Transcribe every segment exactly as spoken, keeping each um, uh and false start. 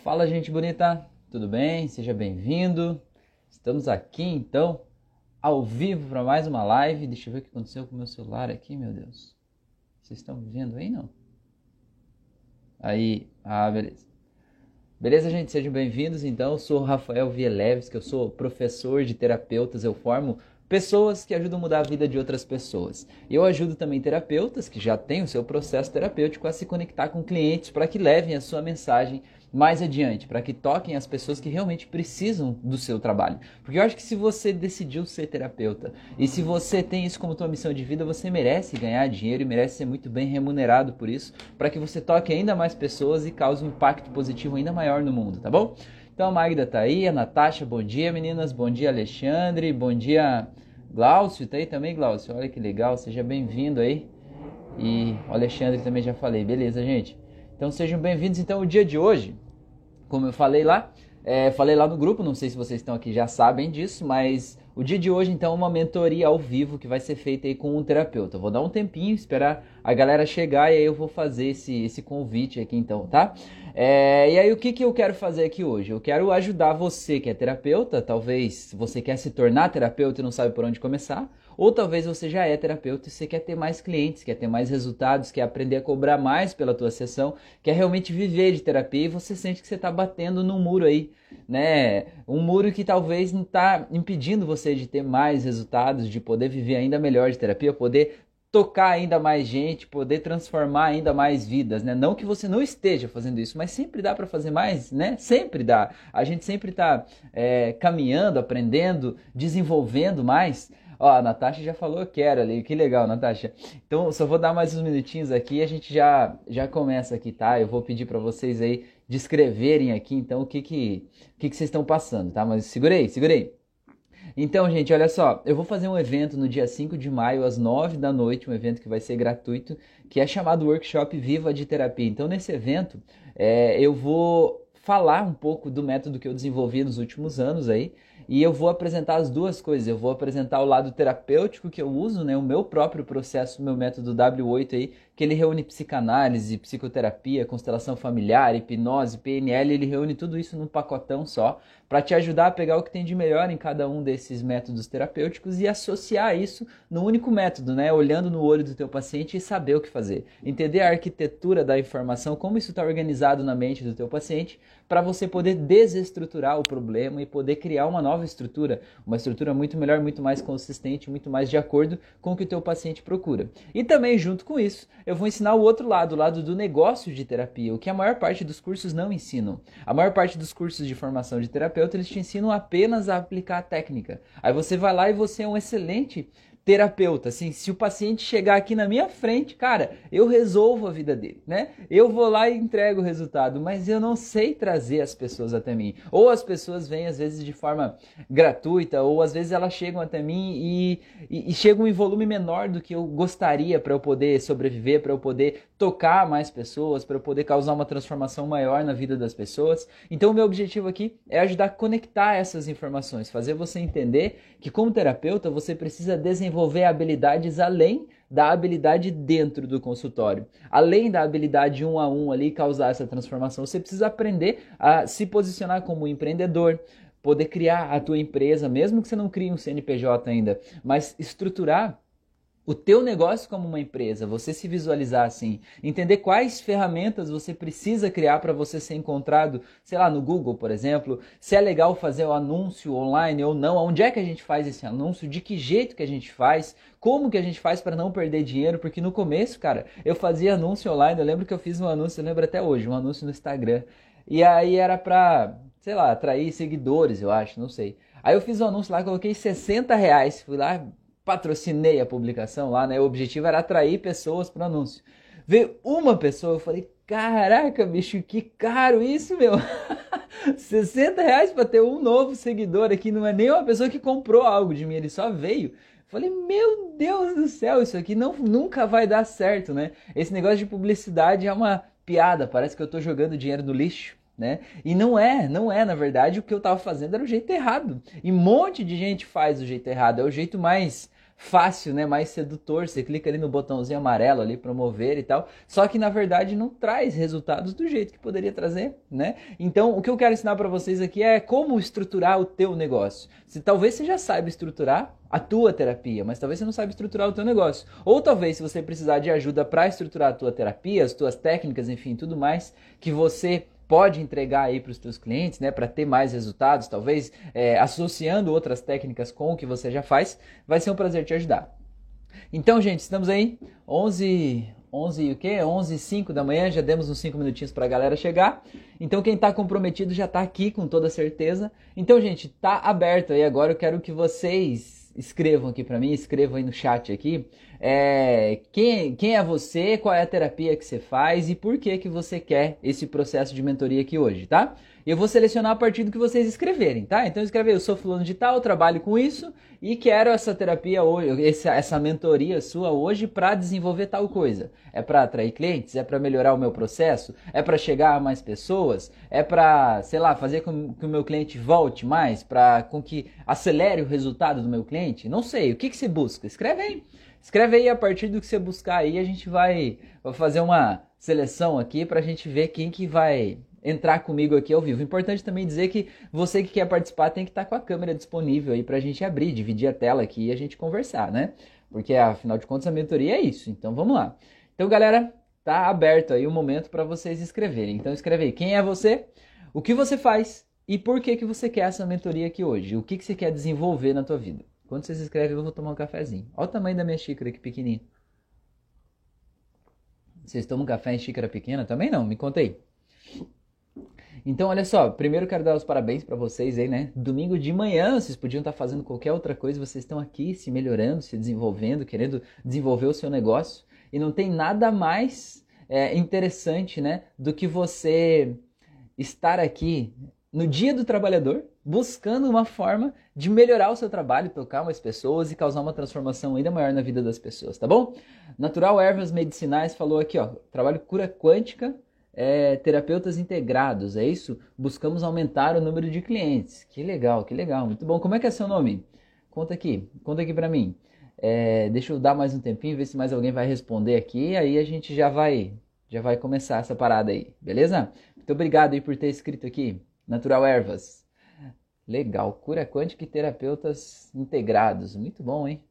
Fala, gente bonita, tudo bem? Seja bem-vindo. Estamos aqui então ao vivo para mais uma live. Deixa eu ver o que aconteceu com o meu celular aqui, meu Deus. Vocês estão me vendo aí, não? Aí, ah, beleza. Beleza, gente? Sejam bem-vindos. Então, eu sou o Rafael Vieleves, que eu sou professor de terapeutas. Eu formo pessoas que ajudam a mudar a vida de outras pessoas. Eu ajudo também terapeutas que já têm o seu processo terapêutico a se conectar com clientes para que levem a sua mensagem mais adiante, para que toquem as pessoas que realmente precisam do seu trabalho. Porque eu acho que se você decidiu ser terapeuta e se você tem isso como tua missão de vida, você merece ganhar dinheiro e merece ser muito bem remunerado por isso, para que você toque ainda mais pessoas e cause um impacto positivo ainda maior no mundo, tá bom? Então a Magda tá aí, a Natasha, bom dia meninas, bom dia Alexandre, bom dia Glaucio, tá aí também Glaucio, olha que legal, seja bem-vindo aí. E o Alexandre também já falei, beleza gente? Então sejam bem-vindos, então o dia de hoje, como eu falei lá, é, falei lá no grupo, não sei se vocês estão aqui já sabem disso, mas o dia de hoje então é uma mentoria ao vivo que vai ser feita aí com um terapeuta. Eu vou dar um tempinho, esperar a galera chegar e aí eu vou fazer esse, esse convite aqui então, tá? É, e aí o que, que eu quero fazer aqui hoje? Eu quero ajudar você que é terapeuta, talvez você quer se tornar terapeuta e não sabe por onde começar, ou talvez você já é terapeuta e você quer ter mais clientes, quer ter mais resultados, quer aprender a cobrar mais pela tua sessão, quer realmente viver de terapia e você sente que você está batendo num muro aí, né? Um muro que talvez não está impedindo você de ter mais resultados, de poder viver ainda melhor de terapia, poder tocar ainda mais gente, poder transformar ainda mais vidas, né? Não que você não esteja fazendo isso, mas sempre dá para fazer mais, né? Sempre dá. A gente sempre está é, caminhando, aprendendo, desenvolvendo mais. Ó, a Natasha já falou quero ali, que legal, Natasha. Então, só vou dar mais uns minutinhos aqui e a gente já, já começa aqui, tá? Eu vou pedir para vocês aí descreverem aqui, então, o que que, o que que vocês estão passando, tá? Mas segurei, segurei. Então, gente, olha só, eu vou fazer um evento no dia cinco de maio, às nove da noite, um evento que vai ser gratuito, que é chamado Workshop Viva de Terapia. Então, nesse evento, é, eu vou falar um pouco do método que eu desenvolvi nos últimos anos aí, e eu vou apresentar as duas coisas. Eu vou apresentar o lado terapêutico que eu uso, né, o meu próprio processo, o meu método W oito aí, que ele reúne psicanálise, psicoterapia, constelação familiar, hipnose, P N L, ele reúne tudo isso num pacotão só, para te ajudar a pegar o que tem de melhor em cada um desses métodos terapêuticos e associar isso no único método, né? Olhando no olho do teu paciente e saber o que fazer. Entender a arquitetura da informação, como isso está organizado na mente do teu paciente, para você poder desestruturar o problema e poder criar uma nova estrutura, uma estrutura muito melhor, muito mais consistente, muito mais de acordo com o que o teu paciente procura. E também, junto com isso, eu vou ensinar o outro lado, o lado do negócio de terapia, o que a maior parte dos cursos não ensinam. A maior parte dos cursos de formação de terapeuta, eles te ensinam apenas a aplicar a técnica. Aí você vai lá e você é um excelente terapeuta, assim, se o paciente chegar aqui na minha frente, cara, eu resolvo a vida dele, né? Eu vou lá e entrego o resultado, mas eu não sei trazer as pessoas até mim. Ou as pessoas vêm, às vezes, de forma gratuita, ou às vezes elas chegam até mim e, e, e chegam em volume menor do que eu gostaria para eu poder sobreviver, para eu poder tocar mais pessoas, para eu poder causar uma transformação maior na vida das pessoas. Então, o meu objetivo aqui é ajudar a conectar essas informações, fazer você entender que, como terapeuta, você precisa desenvolver desenvolver habilidades além da habilidade dentro do consultório. Além da habilidade um a um ali causar essa transformação, você precisa aprender a se posicionar como um empreendedor, poder criar a tua empresa, mesmo que você não crie um C N P J ainda, mas estruturar o teu negócio como uma empresa, você se visualizar assim, entender quais ferramentas você precisa criar para você ser encontrado, sei lá, no Google, por exemplo, se é legal fazer o anúncio online ou não, onde é que a gente faz esse anúncio, de que jeito que a gente faz, como que a gente faz para não perder dinheiro, porque no começo, cara, eu fazia anúncio online, eu lembro que eu fiz um anúncio, eu lembro até hoje, um anúncio no Instagram, e aí era para, sei lá, atrair seguidores, eu acho, não sei. Aí eu fiz um anúncio lá, coloquei sessenta reais, fui lá, patrocinei a publicação lá, né? O objetivo era atrair pessoas para o anúncio. Veio uma pessoa, eu falei, caraca, bicho, que caro isso, meu. sessenta reais para ter um novo seguidor aqui, não é nem uma pessoa que comprou algo de mim, ele só veio. Falei, meu Deus do céu, isso aqui não, nunca vai dar certo, né? Esse negócio de publicidade é uma piada, parece que eu tô jogando dinheiro no lixo. Né? E não é, não é, na verdade, o que eu estava fazendo era o jeito errado. E um monte de gente faz o jeito errado, é o jeito mais fácil, né, mais sedutor, você clica ali no botãozinho amarelo ali, promover e tal, só que na verdade não traz resultados do jeito que poderia trazer, né? Então, o que eu quero ensinar para vocês aqui é como estruturar o teu negócio. Se talvez você já saiba estruturar a tua terapia, mas talvez você não saiba estruturar o teu negócio. Ou talvez se você precisar de ajuda para estruturar a tua terapia, as tuas técnicas, enfim, tudo mais que você pode entregar aí para os teus clientes, né, para ter mais resultados, talvez é, associando outras técnicas com o que você já faz, vai ser um prazer te ajudar. Então, gente, estamos aí, onze, onze o quê? onze e cinco da manhã, já demos uns cinco minutinhos para a galera chegar. Então, quem está comprometido já está aqui com toda certeza. Então, gente, tá aberto aí agora, eu quero que vocês escrevam aqui para mim, escrevam aí no chat aqui, é, quem, quem é você, qual é a terapia que você faz e por que que você quer esse processo de mentoria aqui hoje, tá? Eu vou selecionar a partir do que vocês escreverem, tá? Então escreve, eu sou fulano de tal, trabalho com isso e quero essa terapia hoje, essa, essa mentoria sua hoje para desenvolver tal coisa. É para atrair clientes? É para melhorar o meu processo? É para chegar a mais pessoas? É para, sei lá, fazer com que o meu cliente volte mais? Para com que acelere o resultado do meu cliente? Não sei, o que que você busca? Escreve aí. Escreve aí a partir do que você buscar aí, a gente vai, vai fazer uma seleção aqui para a gente ver quem que vai entrar comigo aqui ao vivo. Importante também dizer que você que quer participar tem que estar com a câmera disponível aí para a gente abrir, dividir a tela aqui e a gente conversar, né? Porque afinal de contas a mentoria é isso. Então vamos lá. Então galera, tá aberto aí o momento para vocês escreverem. Então escreve aí quem é você, o que você faz e por que que você quer essa mentoria aqui hoje. O que que você quer desenvolver na tua vida. Quando vocês escrevem, eu vou tomar um cafezinho. Olha o tamanho da minha xícara, que pequenininho. Vocês tomam café em xícara pequena? Também não, me conta aí. Então, olha só, primeiro quero dar os parabéns para vocês aí, né? Domingo de manhã, vocês podiam estar fazendo qualquer outra coisa, vocês estão aqui se melhorando, se desenvolvendo, querendo desenvolver o seu negócio. E não tem nada mais é, interessante, né, do que você estar aqui no Dia do Trabalhador, buscando uma forma de melhorar o seu trabalho, tocar mais pessoas e causar uma transformação ainda maior na vida das pessoas, tá bom? Natural Ervas Medicinais falou aqui, ó, trabalho cura quântica, é, terapeutas integrados, é isso? Buscamos aumentar o número de clientes. Que legal, que legal, muito bom. Como é que é seu nome? Conta aqui, conta aqui pra mim. É, deixa eu dar mais um tempinho, ver se mais alguém vai responder aqui, aí a gente já vai, já vai começar essa parada aí, beleza? Muito obrigado aí por ter escrito aqui. Natural Ervas. Legal. Cura quântica e terapeutas integrados. Muito bom, hein?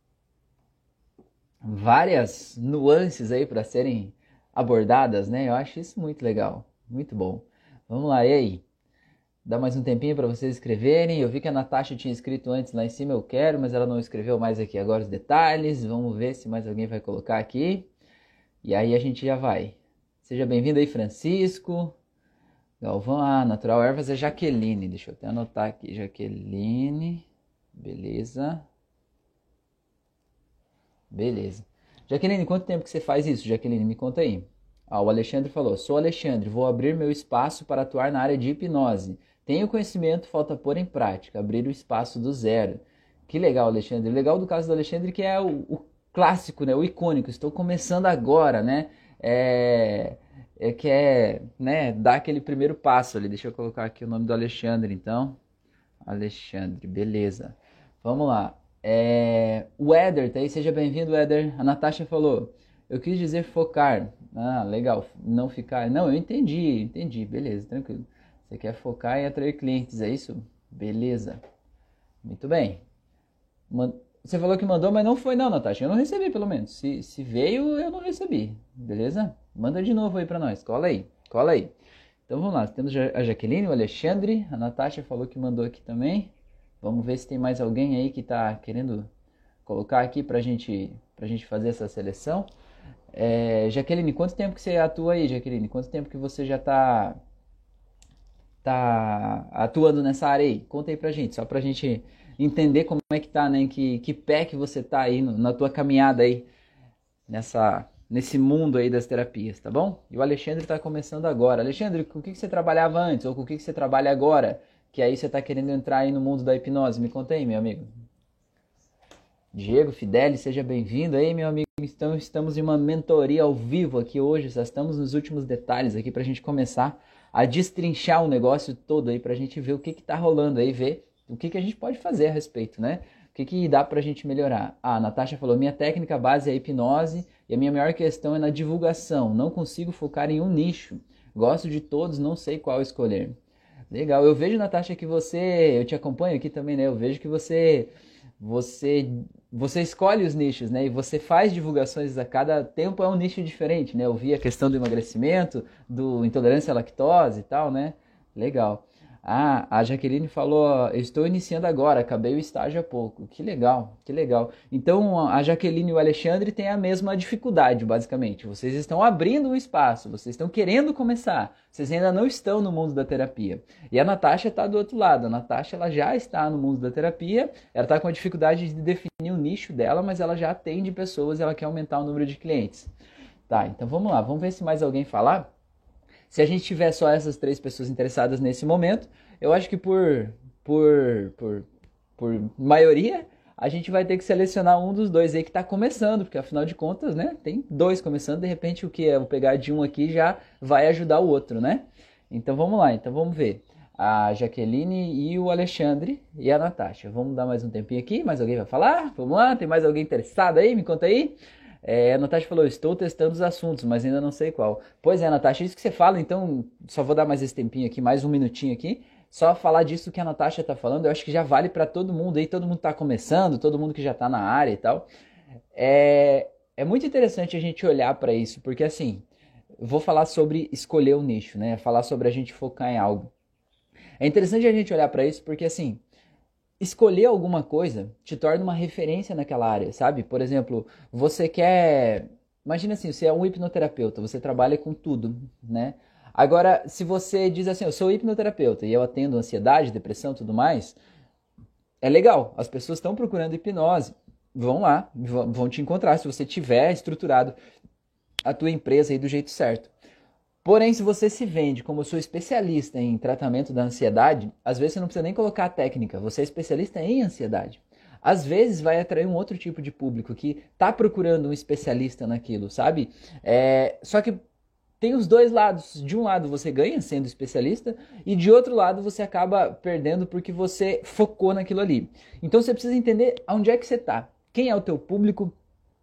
Várias nuances aí para serem abordadas, né? Eu acho isso muito legal. Muito bom. Vamos lá, e aí? Dá mais um tempinho para vocês escreverem. Eu vi que a Natasha tinha escrito antes lá em cima, eu quero, mas ela não escreveu mais aqui agora os detalhes. Vamos ver se mais alguém vai colocar aqui. E aí a gente já vai. Seja bem-vindo aí, Francisco. Galvão, ah, Natural Ervas é Jaqueline, deixa eu até anotar aqui, Jaqueline, beleza, beleza. Jaqueline, quanto tempo que você faz isso, Jaqueline, me conta aí. Ah, o Alexandre falou, sou Alexandre, vou abrir meu espaço para atuar na área de hipnose, tenho conhecimento, falta pôr em prática, abrir o espaço do zero. Que legal, Alexandre, o legal do caso do Alexandre que é o, o clássico, né, o icônico, estou começando agora, né, é... é que é, né, dar aquele primeiro passo ali. Deixa eu colocar aqui o nome do Alexandre, então. Alexandre, beleza. Vamos lá. É, o Éder, tá aí? Seja bem-vindo, Éder. A Natasha falou, eu quis dizer focar. Ah, legal. Não ficar. Não, eu entendi, entendi. Beleza, tranquilo. Você quer focar e atrair clientes, é isso? Beleza. Muito bem. Você falou que mandou, mas não foi não, Natasha. Eu não recebi, pelo menos. Se, se veio, eu não recebi. Beleza? Manda de novo aí pra nós. Cola aí. Cola aí. Então vamos lá. Temos a Jaqueline, o Alexandre. A Natasha falou que mandou aqui também. Vamos ver se tem mais alguém aí que tá querendo colocar aqui pra gente, pra gente fazer essa seleção. É, Jaqueline, quanto tempo que você atua aí, Jaqueline? Quanto tempo que você já tá, tá atuando nessa área aí? Conta aí pra gente, só pra gente entender como é que tá, né? Que, que pé que você tá aí no, na tua caminhada aí, nessa, nesse mundo aí das terapias, tá bom? E o Alexandre tá começando agora. Alexandre, com o que, que você trabalhava antes? Ou com o que, que você trabalha agora? Que aí você tá querendo entrar aí no mundo da hipnose. Me conta aí, meu amigo. Diego Fidelis, seja bem-vindo aí, meu amigo. Então, estamos em uma mentoria ao vivo aqui hoje. Já estamos nos últimos detalhes aqui pra gente começar a destrinchar o negócio todo aí, pra gente ver o que que tá rolando aí, ver o que que a gente pode fazer a respeito, né? O que, que dá pra gente melhorar? Ah, a Natasha falou, minha técnica base é a hipnose e a minha maior questão é na divulgação. Não consigo focar em um nicho. Gosto de todos, não sei qual escolher. Legal, eu vejo, Natasha, que você, eu te acompanho aqui também, né? Eu vejo que você, você, você escolhe os nichos, né? E você faz divulgações a cada tempo, é um nicho diferente, né? Eu vi a questão do emagrecimento, do intolerância à lactose e tal, né? Legal. Ah, a Jaqueline falou, ó, eu estou iniciando agora, acabei o estágio há pouco. Que legal, que legal. Então, a Jaqueline e o Alexandre têm a mesma dificuldade, basicamente. Vocês estão abrindo um espaço, vocês estão querendo começar. Vocês ainda não estão no mundo da terapia. E a Natasha está do outro lado. A Natasha, ela já está no mundo da terapia, ela está com a dificuldade de definir o nicho dela, mas ela já atende pessoas e ela quer aumentar o número de clientes. Tá, então vamos lá, vamos ver se mais alguém falar. Se a gente tiver só essas três pessoas interessadas nesse momento, eu acho que por, por, por, por maioria, a gente vai ter que selecionar um dos dois aí que está começando, porque afinal de contas, né, tem dois começando, de repente o que eu vou pegar de um aqui já vai ajudar o outro, né? Então vamos lá, então vamos ver. A Jaqueline e o Alexandre e a Natasha. Vamos dar mais um tempinho aqui, mais alguém vai falar? Vamos lá, tem mais alguém interessado aí? Me conta aí. É, a Natasha falou, estou testando os assuntos, mas ainda não sei qual. Pois é, Natasha, isso que você fala, então só vou dar mais esse tempinho aqui, mais um minutinho aqui, só falar disso que a Natasha está falando, eu acho que já vale para todo mundo aí, todo mundo está começando, todo mundo que já está na área e tal. É, é muito interessante a gente olhar para isso, porque assim, vou falar sobre escolher o nicho, né? Falar sobre a gente focar em algo. É interessante a gente olhar para isso porque assim, escolher alguma coisa te torna uma referência naquela área, sabe? Por exemplo, você quer... Imagina assim, você é um hipnoterapeuta, você trabalha com tudo, né? Agora, se você diz assim, eu sou hipnoterapeuta e eu atendo ansiedade, depressão e tudo mais, é legal, as pessoas estão procurando hipnose, vão lá, vão te encontrar se você tiver estruturado a tua empresa aí do jeito certo. Porém, se você se vende como eu sou especialista em tratamento da ansiedade, às vezes você não precisa nem colocar a técnica, você é especialista em ansiedade. Às vezes vai atrair um outro tipo de público que está procurando um especialista naquilo, sabe? É, só que tem os dois lados. De um lado você ganha sendo especialista e de outro lado você acaba perdendo porque você focou naquilo ali. Então você precisa entender onde é que você está, quem é o teu público,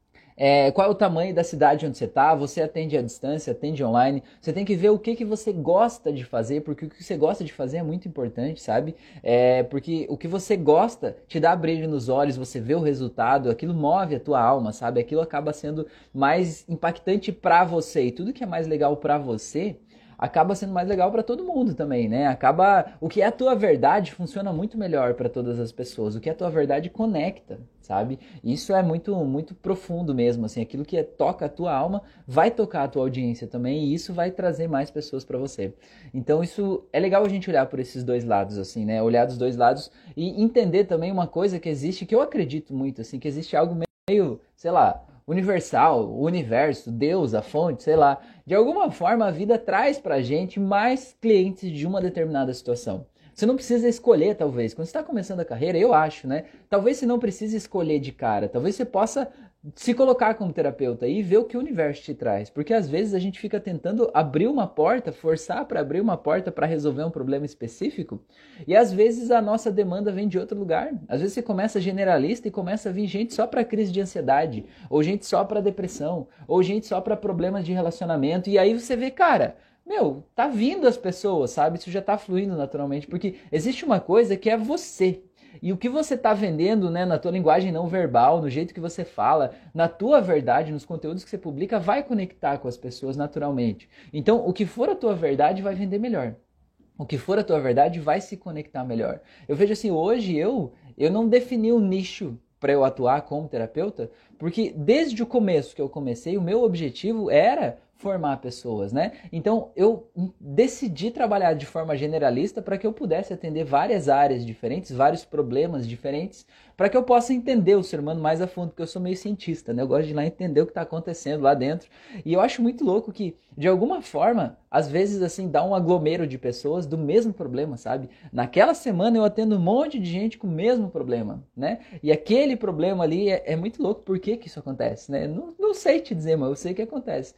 É, qual é o tamanho da cidade onde você está, você atende à distância, atende online, você tem que ver o que, que você gosta de fazer, porque o que você gosta de fazer é muito importante, sabe? É, porque o que você gosta te dá brilho nos olhos, você vê o resultado, aquilo move a tua alma, sabe? Aquilo acaba sendo mais impactante para você e tudo que é mais legal para você acaba sendo mais legal para todo mundo também, né? Acaba, o que é a tua verdade funciona muito melhor para todas as pessoas. O que é a tua verdade conecta, sabe? Isso é muito muito profundo mesmo, assim, aquilo que é, toca a tua alma vai tocar a tua audiência também e isso vai trazer mais pessoas para você. Então isso é legal a gente olhar por esses dois lados, assim, né? Olhar dos dois lados e entender também uma coisa que existe, que eu acredito muito, assim, que existe algo meio, sei lá, universal, o universo, Deus, a fonte, sei lá. De alguma forma a vida traz pra gente mais clientes de uma determinada situação. Você não precisa escolher, talvez. Quando você está começando a carreira, eu acho, né? Talvez você não precise escolher de cara. Talvez você possa se colocar como terapeuta e ver o que o universo te traz. Porque às vezes a gente fica tentando abrir uma porta, forçar para abrir uma porta para resolver um problema específico. E às vezes a nossa demanda vem de outro lugar. Às vezes você começa generalista e começa a vir gente só para crise de ansiedade, ou gente só para depressão, ou gente só para problemas de relacionamento. E aí você vê, cara, meu, tá vindo as pessoas, sabe? Isso já tá fluindo naturalmente, porque existe uma coisa que é você. E o que você está vendendo, né, na tua linguagem não verbal, no jeito que você fala, na tua verdade, nos conteúdos que você publica, vai conectar com as pessoas naturalmente. Então, o que for a tua verdade vai vender melhor. O que for a tua verdade vai se conectar melhor. Eu vejo assim, hoje eu, eu não defini um nicho para eu atuar como terapeuta, porque desde o começo que eu comecei, o meu objetivo era formar pessoas, né? Então eu decidi trabalhar de forma generalista para que eu pudesse atender várias áreas diferentes, vários problemas diferentes, para que eu possa entender o ser humano mais a fundo, porque eu sou meio cientista, né? Eu gosto de ir lá entender o que está acontecendo lá dentro. E eu acho muito louco que, de alguma forma, às vezes assim, dá um aglomero de pessoas do mesmo problema, sabe? Naquela semana eu atendo um monte de gente com o mesmo problema, né? E aquele problema ali é, é muito louco. Por que que isso acontece, né? Não, não sei te dizer, mas eu sei que acontece. Então, às vezes,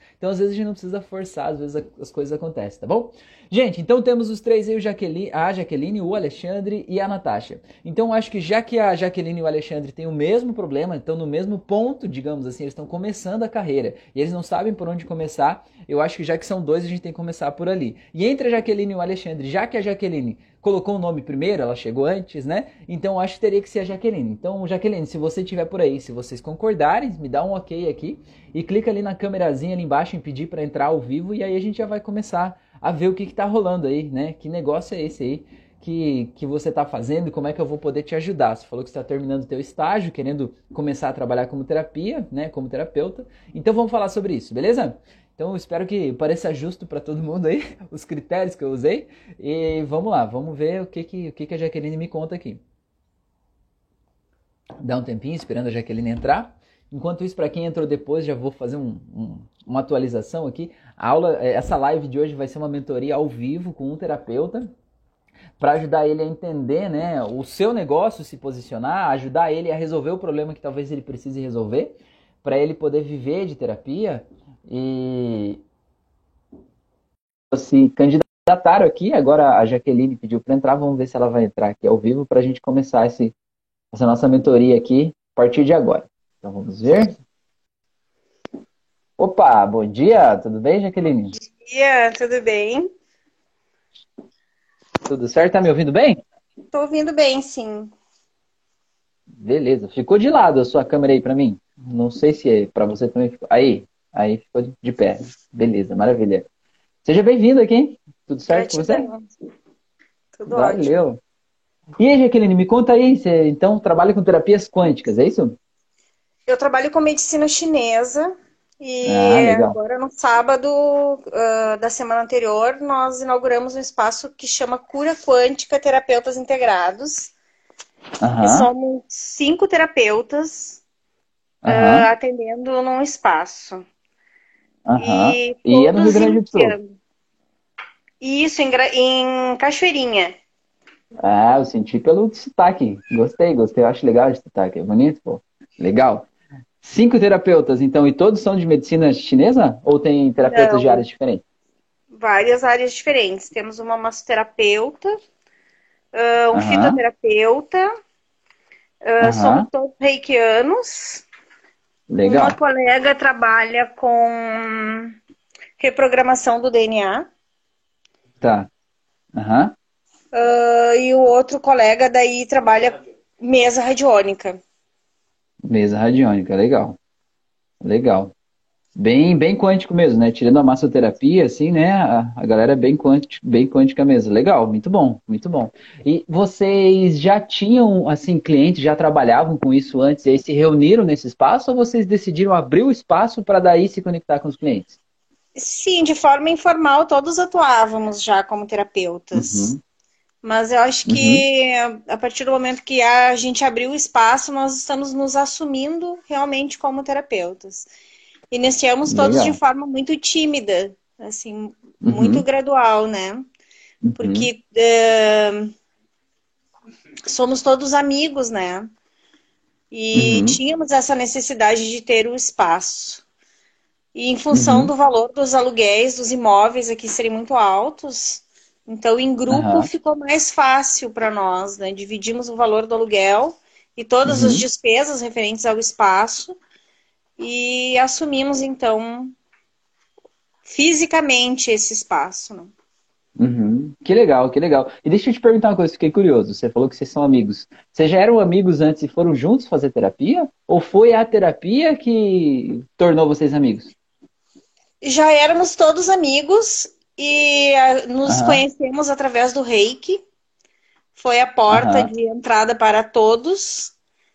vezes a gente não precisa forçar, às vezes a- as coisas acontecem, tá bom? Gente, então temos os três aí, o Jaqueline, a Jaqueline, o Alexandre e a Natasha. Então acho que já que a Jaqueline e o Alexandre têm o mesmo problema, estão no mesmo ponto, digamos assim, eles estão começando a carreira e eles não sabem por onde começar, eu acho que já que são dois, a gente tem que começar por ali. E entre a Jaqueline e o Alexandre, já que a Jaqueline colocou o nome primeiro, ela chegou antes, né? Então acho que teria que ser a Jaqueline. Então, Jaqueline, se você estiver por aí, se vocês concordarem, me dá um ok aqui e clica ali na câmerazinha ali embaixo em pedir para entrar ao vivo e aí a gente já vai começar a ver o que está rolando aí, né? Que negócio é esse aí que, que você está fazendo e como é que eu vou poder te ajudar. Você falou que está terminando o teu estágio, querendo começar a trabalhar como terapia, né? Como terapeuta. Então vamos falar sobre isso, beleza? Então eu espero que pareça justo para todo mundo aí, os critérios que eu usei. E vamos lá, vamos ver o que, que, o que, que a Jaqueline me conta aqui. Dá um tempinho esperando a Jaqueline entrar. Enquanto isso, para quem entrou depois, já vou fazer um, um, uma atualização aqui. A aula, essa live de hoje vai ser uma mentoria ao vivo com um terapeuta para ajudar ele a entender, né, o seu negócio, se posicionar, ajudar ele a resolver o problema que talvez ele precise resolver, para ele poder viver de terapia e se candidataram aqui. Agora a Jaqueline pediu para entrar, vamos ver se ela vai entrar aqui ao vivo para a gente começar esse, essa nossa mentoria aqui a partir de agora. Então vamos ver. Opa, bom dia, tudo bem, Jaqueline? Bom dia, tudo bem? Tudo certo? Tá me ouvindo bem? Tô ouvindo bem, sim. Beleza, ficou de lado a sua câmera aí para mim? Não sei se é para você também ficou. Aí, aí ficou de pé. Beleza, maravilha. Seja bem-vindo aqui. Tudo certo com você? Gratidão. Tudo ótimo. Valeu. E aí, Jaqueline, me conta aí, você então trabalha com terapias quânticas, é isso? Eu trabalho com medicina chinesa e Ah, legal. agora no sábado, ah, da semana anterior nós inauguramos um espaço que chama Cura Quântica Terapeutas Integrados e Aham, somos cinco terapeutas ah, aham, atendendo num espaço. aham. E E é no Rio todos Grande do Sul. iniciando. Isso em, Gra- em Cachoeirinha. Ah, eu senti pelo sotaque. Gostei, gostei. Eu acho legal esse sotaque. É bonito, pô. Legal. Cinco terapeutas, então, e todos são de medicina chinesa? Ou tem terapeutas de Não, áreas diferentes? várias áreas diferentes. Temos uma massoterapeuta, ah, um Aham, fitoterapeuta, ah, somos aham. todos reikianos. Uma Legal. colega trabalha com reprogramação do D N A, Tá. Aham. ah, e o outro colega daí trabalha mesa radiônica. Mesa radiônica. Legal. Legal. Bem, bem quântico mesmo, né? Tirando a massoterapia, assim, né? A, a galera é bem quântica, bem quântica mesmo. Legal, muito bom, muito bom. E vocês já tinham, assim, clientes, já trabalhavam com isso antes e aí se reuniram nesse espaço ou vocês decidiram abrir o espaço para daí se conectar com os clientes? Sim, de forma informal, todos atuávamos já como terapeutas. Uhum, Mas eu acho uhum. que a partir do momento que a gente abriu o espaço, nós estamos nos assumindo realmente como terapeutas. Iniciamos todos de Legal. forma muito tímida, assim, muito Uhum, gradual, né? uhum, Porque eh, somos todos amigos, né? E uhum, tínhamos essa necessidade de ter o espaço. E em função uhum. do valor dos aluguéis dos imóveis aqui serem muito altos, então em grupo Aham, ficou mais fácil para nós, né? Dividimos o valor do aluguel e todas as uhum, despesas referentes ao espaço e assumimos então fisicamente esse espaço, né? uhum. Que legal, que legal. E deixa eu te perguntar uma coisa, fiquei curioso. Você falou que vocês são amigos. Vocês já eram amigos antes e foram juntos fazer terapia? Ou foi a terapia que tornou vocês amigos? Já éramos todos amigos e ah, nos Aham, conhecemos através do Reiki. Foi a porta aham, de entrada para todos.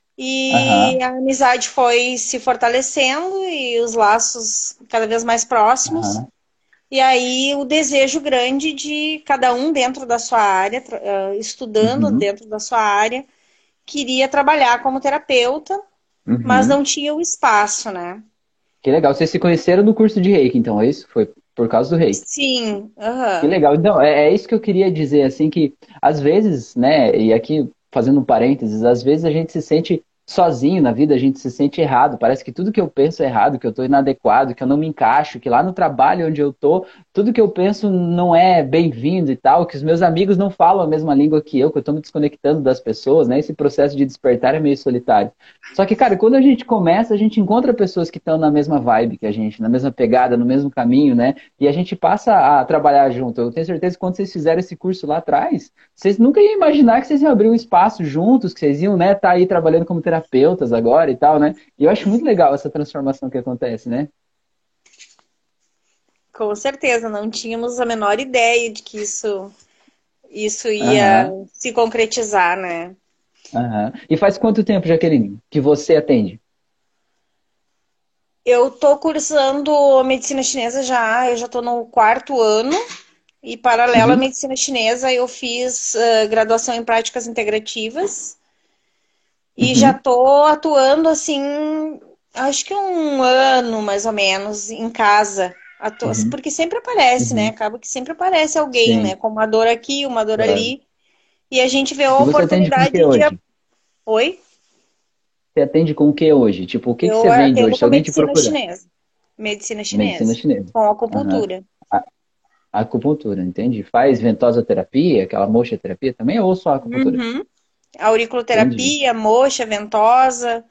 E aham, a amizade foi se fortalecendo e os laços cada vez mais próximos. aham, E aí o desejo grande de cada um dentro da sua área, tra- ah, estudando uhum, dentro da sua área, queria trabalhar como terapeuta, mas uhum. não tinha o espaço, né? Que legal. Vocês se conheceram no curso de Reiki, então, é isso? Foi por causa do Reiki. Sim, Que aham. legal. Então, é, é isso que eu queria dizer, assim, que às vezes, né, e aqui fazendo um parênteses, às vezes a gente se sente sozinho na vida, a gente se sente errado. Parece que tudo que eu penso é errado, que eu estou inadequado, que eu não me encaixo, que lá no trabalho onde eu tô, tudo que eu penso não é bem-vindo e tal, que os meus amigos não falam a mesma língua que eu, que eu estou me desconectando das pessoas, né? Esse processo de despertar é meio solitário. Só que, cara, quando a gente começa, a gente encontra pessoas que estão na mesma vibe que a gente, na mesma pegada, no mesmo caminho, né? E a gente passa a trabalhar junto. Eu tenho certeza que quando vocês fizeram esse curso lá atrás, vocês nunca iam imaginar que vocês iam abrir um espaço juntos, que vocês iam, né, tá aí trabalhando como terapeutas agora e tal, né? E eu acho muito legal essa transformação que acontece, né? Com certeza, não tínhamos a menor ideia de que isso, isso ia Aham, se concretizar, né? aham. E faz quanto tempo, Jaqueline, que você atende? Eu tô cursando medicina chinesa já, eu já tô no quarto ano, e paralelo à Uhum, medicina chinesa, eu fiz eh, graduação em práticas integrativas e já uhum, tô atuando assim, acho que um ano mais ou menos em casa. Atu- uhum, Porque sempre aparece, né? uhum. Acaba que sempre aparece alguém, né? Sim, Com uma dor aqui, uma dor claro. ali. E a gente vê a E você atende com o que oportunidade de. hoje? Oi? Você atende com o que hoje? Tipo, o que que Eu você vende atendo hoje? Se com alguém te medicina procura? chinesa. Medicina Medicina chinesa. chinesa. Com Aham. acupuntura. A- Acupuntura, entende? Faz ventosa terapia, aquela moxa terapia também, ou só acupuntura? Uhum. Entendi. Auriculoterapia, moxa, ventosa.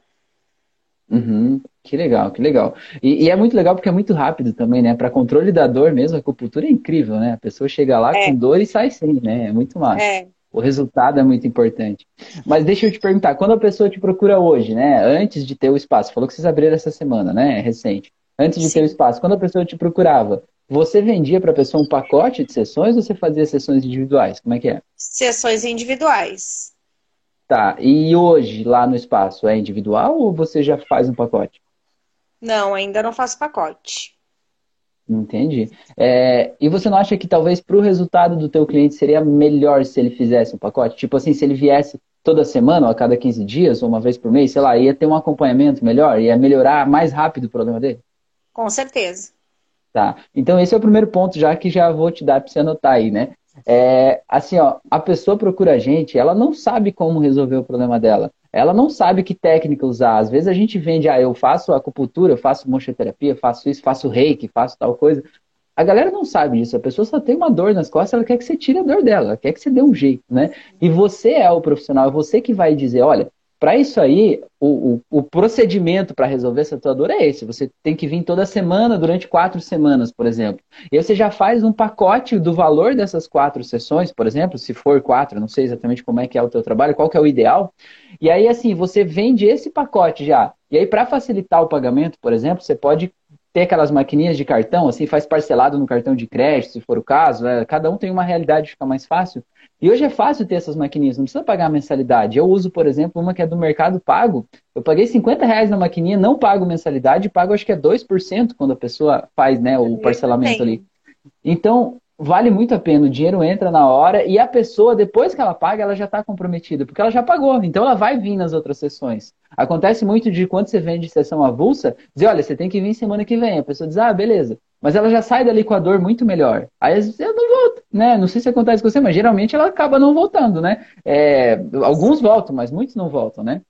Uhum. Que legal, que legal. E, e é muito legal porque é muito rápido também, né? Para controle da dor mesmo, a acupuntura é incrível, né? A pessoa chega lá com É, dor e sai sem, né? É muito massa. é. O resultado é muito importante. Mas deixa eu te perguntar, quando a pessoa te procura hoje, né? Antes de ter o espaço, falou que vocês abriram essa semana, né? É recente. Antes de ter o Sim. espaço, quando a pessoa te procurava, você vendia para a pessoa um pacote de sessões ou você fazia sessões individuais? Como é que é? Sessões individuais. Tá. E hoje, lá no espaço, é individual ou você já faz um pacote? Não, ainda não faço pacote. Entendi. É, e você não acha que talvez para o resultado do teu cliente seria melhor se ele fizesse um pacote? Tipo assim, se ele viesse toda semana ou a cada quinze dias ou uma vez por mês, sei lá, ia ter um acompanhamento melhor, ia melhorar mais rápido o problema dele? Com certeza. Tá. Então esse é o primeiro ponto já que já vou te dar para você anotar aí, né? É, assim, ó, a pessoa procura a gente, ela não sabe como resolver o problema dela. Ela não sabe que técnica usar. Às vezes a gente vende, ah, eu faço acupuntura, eu faço mochoterapia, faço isso, faço reiki, faço tal coisa. A galera não sabe disso. A pessoa só tem uma dor nas costas, ela quer que você tire a dor dela, ela quer que você dê um jeito, né? E você é o profissional, é você que vai dizer, olha, para isso aí, o, o, o procedimento para resolver essa tua dor é esse. Você tem que vir toda semana, durante quatro semanas, por exemplo. E aí você já faz um pacote do valor dessas quatro sessões, por exemplo, se for quatro, não sei exatamente como é que é o teu trabalho, qual que é o ideal. E aí, assim, você vende esse pacote já. E aí, para facilitar o pagamento, por exemplo, você pode ter aquelas maquininhas de cartão, assim, faz parcelado no cartão de crédito, se for o caso. É, cada um tem uma realidade, fica mais fácil. E hoje é fácil ter essas maquininhas, não precisa pagar a mensalidade. Eu uso, por exemplo, uma que é do Mercado Pago. Eu paguei cinquenta reais na maquininha, não pago mensalidade, pago acho que é dois por cento quando a pessoa faz, né, o Eu parcelamento ali. também. Então, vale muito a pena. O dinheiro entra na hora e a pessoa, depois que ela paga, ela já está comprometida, porque ela já pagou. Então, ela vai vir nas outras sessões. Acontece muito de quando você vende sessão avulsa, dizer, olha, você tem que vir semana que vem. A pessoa diz, ah, beleza. Mas ela já sai dali com a dor muito melhor. Aí, às vezes, eu não volto, né? Não sei se acontece com você, mas geralmente ela acaba não voltando, né? É, alguns voltam, mas muitos não voltam, né?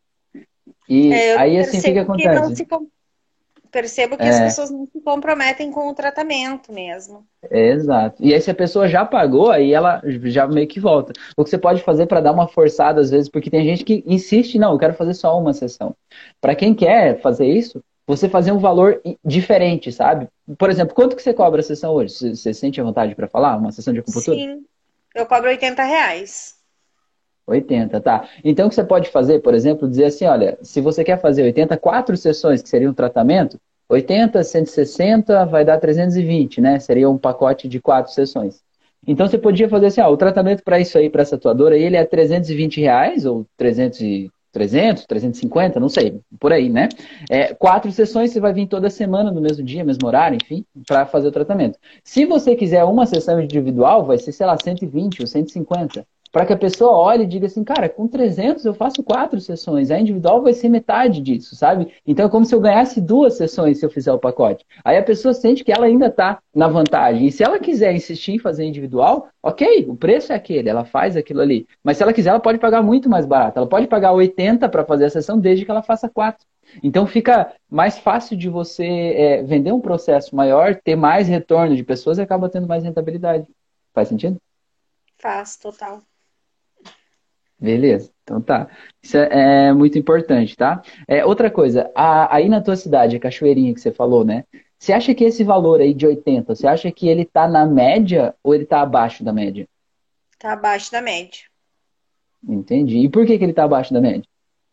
E É, eu aí, assim, o que que percebo que não acontece? se com- percebo que as É, pessoas não se comprometem com o tratamento mesmo. É, exato. E aí, se a pessoa já pagou, aí ela já meio que volta. O que você pode fazer para dar uma forçada, às vezes, porque tem gente que insiste, não, eu quero fazer só uma sessão. Para quem quer fazer isso, você fazer um valor i- diferente, sabe? Por exemplo, quanto que você cobra a sessão hoje? Você, você sente a vontade para falar? Uma sessão de acupuntura? Sim, eu cobro oitenta reais. Oitenta, tá. Então, o que você pode fazer, por exemplo, dizer assim, olha, se você quer fazer oitenta, quatro sessões, que seria um tratamento, oitenta, cento e sessenta, vai dar trezentos e vinte, né? Seria um pacote de quatro sessões. Então, você podia fazer assim, ó, o tratamento para isso aí, para essa tua dor aí, ele é trezentos e vinte reais, ou trezentos e trezentos, trezentos e cinquenta, não sei, por aí, né? É, quatro sessões, você vai vir toda semana, no mesmo dia, mesmo horário, enfim, para fazer o tratamento. Se você quiser uma sessão individual, vai ser, sei lá, cento e vinte ou cento e cinquenta. para que a pessoa olhe e diga assim, cara, com trezentos eu faço quatro sessões, a individual vai ser metade disso, sabe? Então é como se eu ganhasse duas sessões se eu fizer o pacote. Aí a pessoa sente que ela ainda está na vantagem. E se ela quiser insistir em fazer individual, ok, o preço é aquele, ela faz aquilo ali. Mas se ela quiser, ela pode pagar muito mais barato. Ela pode pagar oitenta para fazer a sessão, desde que ela faça quatro. Então fica mais fácil de você é, vender um processo maior, ter mais retorno de pessoas e acaba tendo mais rentabilidade. Faz sentido? Faz, total. Beleza, então tá. Isso é, é muito importante, tá? É, outra coisa, a- aí na tua cidade, a Cachoeirinha que você falou, né? Você acha que esse valor aí de oitenta, você acha que ele tá na média ou ele tá abaixo da média? Tá abaixo da média. Entendi. E por que que ele tá abaixo da média?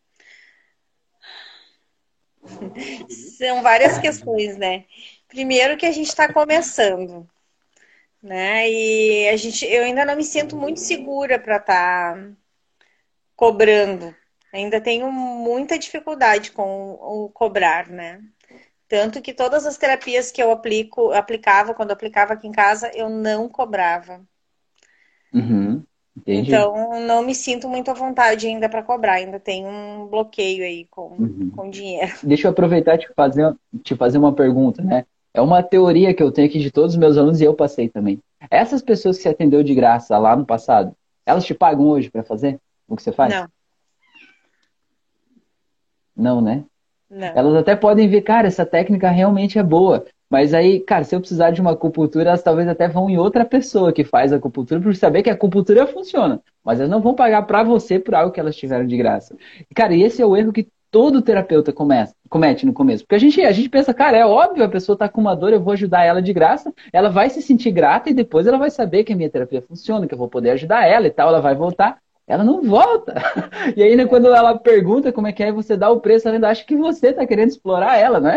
São várias questões, né? Primeiro que a gente está começando, né? E a gente, eu ainda não me sinto muito segura para estar cobrando. Ainda tenho muita dificuldade com o cobrar, né? Tanto que todas as terapias que eu aplico, aplicava, quando eu aplicava aqui em casa, eu não cobrava. Uhum, entendi. Então, não me sinto muito à vontade ainda para cobrar. Ainda tem um bloqueio aí com, Uhum. com dinheiro. Deixa eu aproveitar e te fazer, te fazer uma pergunta, né? É uma teoria que eu tenho aqui de todos os meus alunos e eu passei também. Essas pessoas que você atendeu de graça lá no passado, elas te pagam hoje para fazer o que você faz? Não, Não, né? não. Elas até podem ver, cara, essa técnica realmente é boa. Mas aí, cara, se eu precisar de uma acupuntura, elas talvez até vão em outra pessoa que faz a acupuntura por saber que a acupuntura funciona. Mas elas não vão pagar pra você por algo que elas tiveram de graça. E, cara, e esse é o erro que todo terapeuta começa, comete no começo. Porque a gente, a gente pensa, cara, é óbvio, a pessoa tá com uma dor, eu vou ajudar ela de graça, ela vai se sentir grata e depois ela vai saber que a minha terapia funciona, que eu vou poder ajudar ela e tal, ela vai voltar. Ela não volta. E aí, né, quando ela pergunta como é que é, você dá o preço, ela ainda acha que você está querendo explorar ela, né?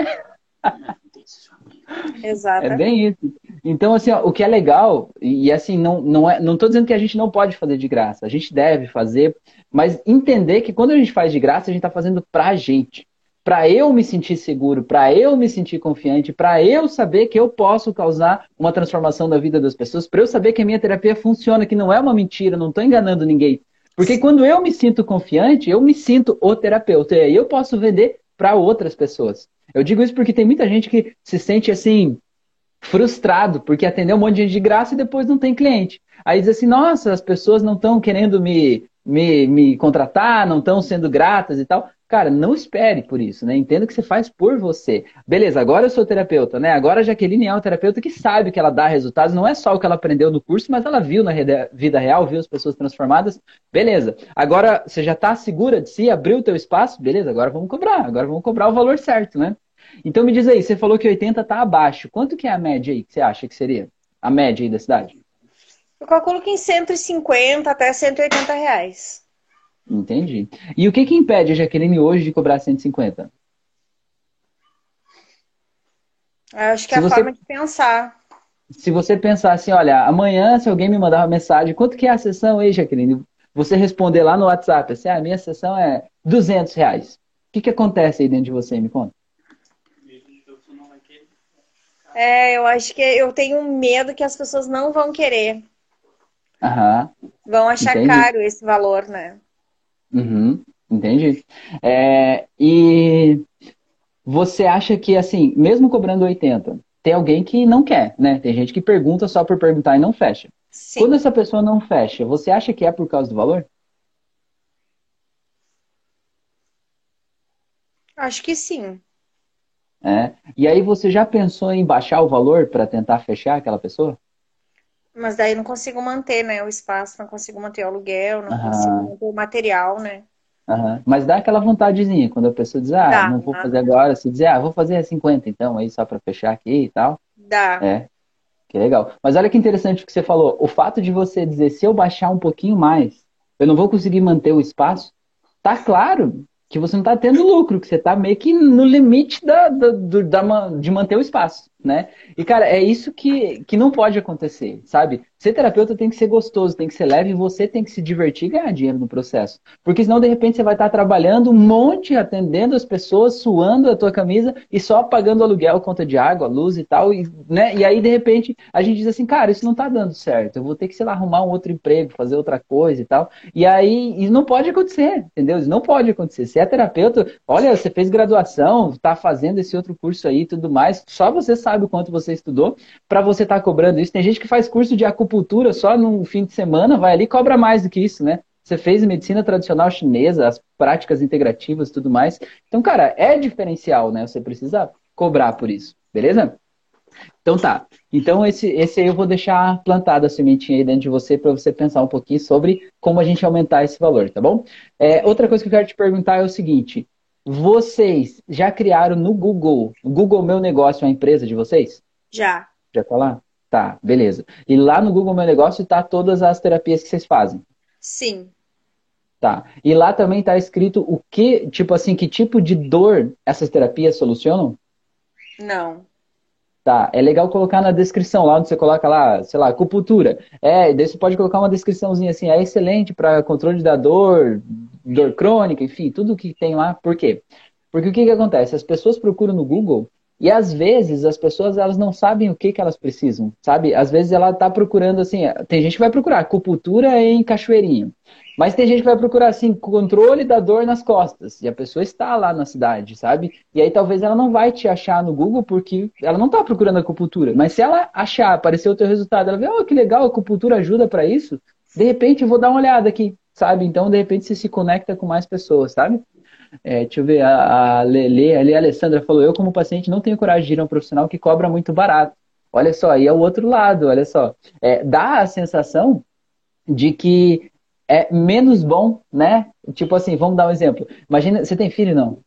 É Exatamente. bem isso. Então, assim, ó, o que é legal, e assim, não, não é, não tô dizendo que a gente não pode fazer de graça, a gente deve fazer, mas entender que quando a gente faz de graça, a gente está fazendo pra gente. Pra eu me sentir seguro, pra eu me sentir confiante, pra eu saber que eu posso causar uma transformação na vida das pessoas, pra eu saber que a minha terapia funciona, que não é uma mentira, não tô enganando ninguém. Porque quando eu me sinto confiante, eu me sinto o terapeuta, e aí eu posso vender para outras pessoas. Eu digo isso porque tem muita gente que se sente assim, frustrado, porque atendeu um monte de gente de graça e depois não tem cliente. Aí diz assim, nossa, as pessoas não estão querendo me, me, me contratar, não estão sendo gratas e tal. Cara, não espere por isso, né? Entenda que você faz por você. Beleza, agora eu sou terapeuta, né? Agora a Jaqueline é uma terapeuta que sabe que ela dá resultados, não é só o que ela aprendeu no curso, mas ela viu na vida real, viu as pessoas transformadas. Beleza. Agora você já está segura de si, abriu o teu espaço? Beleza, agora vamos cobrar. Agora vamos cobrar o valor certo, né? Então me diz aí, você falou que oitenta está abaixo. Quanto que é a média aí que você acha que seria? A média aí da cidade? Eu calculo que em cento e cinquenta até cento e oitenta reais. Entendi. E o que que impede a Jaqueline hoje de cobrar cento e cinquenta? Eu acho que é Se a você, forma de pensar. se você pensar assim, olha, amanhã se alguém me mandar uma mensagem, quanto que é a sessão aí, Jaqueline? Você responder lá no WhatsApp, assim, ah, a minha sessão é duzentos reais. O que que acontece aí dentro de você? Me conta. É, eu acho que eu tenho medo que as pessoas não vão querer. Aham, Vão achar entendi. caro esse valor, né? Uhum, entendi. É, e você acha que, assim, mesmo cobrando oitenta, tem alguém que não quer, né? Tem gente que pergunta só por perguntar e não fecha. Quando Sim, essa pessoa não fecha, você acha que é por causa do valor? acho que sim. É. E aí você já pensou em baixar o valor para tentar fechar aquela pessoa? Mas daí eu não consigo manter, né, o espaço, não consigo manter o aluguel, não consigo Aham, manter o material, né? aham. Mas dá aquela vontadezinha, quando a pessoa diz, ah, Dá, não vou fazer agora, se dizer, ah, vou fazer cinquenta então, aí só para fechar aqui e tal. dá. É, que legal. Mas olha que interessante o que você falou. O fato de você dizer, se eu baixar um pouquinho mais, eu não vou conseguir manter o espaço, tá claro. que você não está tendo lucro, que você está meio que no limite da, da, do- da ma- de manter o espaço, né? E, cara, é isso que, que não pode acontecer, sabe? Ser terapeuta tem que ser gostoso, tem que ser leve e você tem que se divertir e ganhar dinheiro no processo. Porque senão, de repente, você vai estar trabalhando um monte, atendendo as pessoas, suando a tua camisa e só pagando aluguel, conta de água, luz e tal, e, né? E aí, de repente, a gente diz assim, cara, isso não está dando certo, eu vou ter que, sei lá, arrumar um outro emprego, fazer outra coisa e tal. E aí, isso não pode acontecer, entendeu? Isso não pode acontecer. Se é terapeuta, olha, você fez graduação, está fazendo esse outro curso aí e tudo mais, só você sabe o quanto você estudou para você estar cobrando isso. Tem gente que faz curso de acupuntura só num fim de semana, vai ali e cobra mais do que isso, né? Você fez medicina tradicional chinesa, as práticas integrativas e tudo mais. Então, cara, é diferencial, né? Você precisa cobrar por isso, beleza? Então tá. Então esse, esse aí eu vou deixar plantada a sementinha aí dentro de você para você pensar um pouquinho sobre como a gente aumentar esse valor, tá bom? É, outra coisa que eu quero te perguntar é o seguinte: vocês já criaram no Google, o Google Meu Negócio, é uma empresa de vocês? Já. Já tá lá? Tá, beleza. E lá no Google Meu Negócio tá todas as terapias que vocês fazem. Sim. Tá. E lá também tá escrito o que, tipo assim, que tipo de dor essas terapias solucionam? Não. Tá, é legal colocar na descrição, lá onde você coloca lá, sei lá, acupuntura. É, daí você pode colocar uma descriçãozinha assim, é excelente para controle da dor, dor crônica, enfim, tudo que tem lá. Por quê? Porque o que que acontece? As pessoas procuram no Google e às vezes as pessoas elas não sabem o que que elas precisam, sabe? Às vezes ela tá procurando assim, tem gente que vai procurar acupuntura em Cachoeirinha. Mas tem gente que vai procurar assim, controle da dor nas costas. E a pessoa está lá na cidade, sabe? E aí talvez ela não vai te achar no Google porque ela não está procurando acupuntura. Mas se ela achar, aparecer o teu resultado, ela vê, oh, que legal, a acupuntura ajuda para isso. De repente eu vou dar uma olhada aqui, sabe? Então de repente você se conecta com mais pessoas, sabe? É, deixa eu ver, a, a Lele, ali a Alessandra falou, eu como paciente não tenho coragem de ir a um profissional que cobra muito barato. Olha só, aí é o outro lado, olha só. É, dá a sensação de que é menos bom, né? Tipo assim, vamos dar um exemplo. Imagina, você tem filho, não?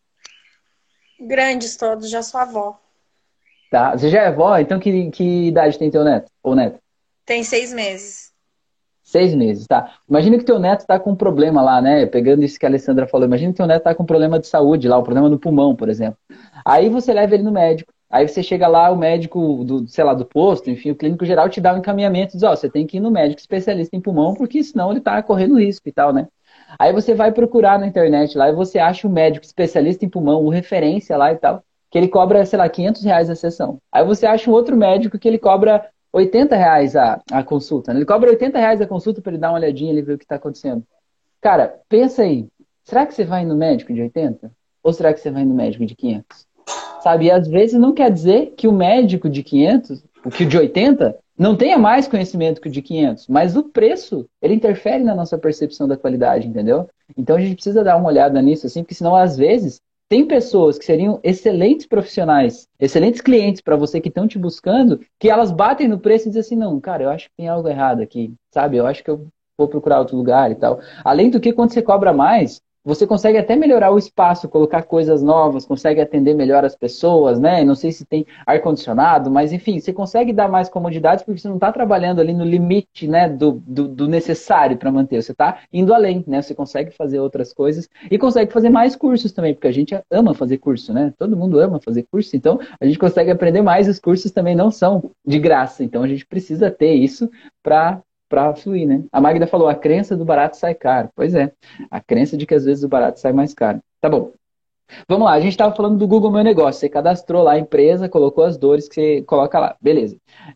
Grandes todos, já sou avó. Tá? Você já é avó, então que, que idade tem teu neto? Ou neto? Tem seis meses. Seis meses, tá? Imagina que teu neto tá com um problema lá, né? Pegando isso que a Alessandra falou. Imagina que teu neto tá com um problema de saúde lá, um problema no pulmão, por exemplo. Aí você leva ele no médico. Aí você chega lá, o médico do, sei lá, do posto, enfim, o clínico geral te dá um encaminhamento, diz, ó, você tem que ir no médico especialista em pulmão, porque senão ele tá correndo risco e tal, né? Aí você vai procurar na internet lá e você acha o médico especialista em pulmão, o referência lá e tal, que ele cobra, sei lá, quinhentos reais a sessão. Aí você acha um outro médico que ele cobra oitenta reais a, a consulta, né? Ele cobra oitenta reais a consulta para ele dar uma olhadinha e ver o que está acontecendo. Cara, pensa aí. Será que você vai no médico de oitenta? Ou será que você vai no médico de quinhentos? Sabe? E às vezes não quer dizer que o médico de quinhentos, o que o de oitenta, não tenha mais conhecimento que o de quinhentos, mas o preço, ele interfere na nossa percepção da qualidade, entendeu? Então a gente precisa dar uma olhada nisso, assim, porque senão às vezes tem pessoas que seriam excelentes profissionais, excelentes clientes para você que estão te buscando, que elas batem no preço e dizem assim, não, cara, eu acho que tem algo errado aqui, sabe? Eu acho que eu vou procurar outro lugar e tal. Além do que, quando você cobra mais, você consegue até melhorar o espaço, colocar coisas novas, consegue atender melhor as pessoas, né? Não sei se tem ar-condicionado, mas enfim, você consegue dar mais comodidades porque você não está trabalhando ali no limite, né, do, do, do necessário para manter. Você está indo além, né? Você consegue fazer outras coisas e consegue fazer mais cursos também, porque a gente ama fazer curso, né? Todo mundo ama fazer curso, então a gente consegue aprender mais. Os cursos também não são de graça, então a gente precisa ter isso para para fluir, né? A Magda falou, a crença do barato sai caro. Pois é, a crença de que às vezes o barato sai mais caro. Tá bom. Vamos lá, a gente estava falando do Google Meu Negócio. Você cadastrou lá a empresa, colocou as dores que você coloca lá. Beleza.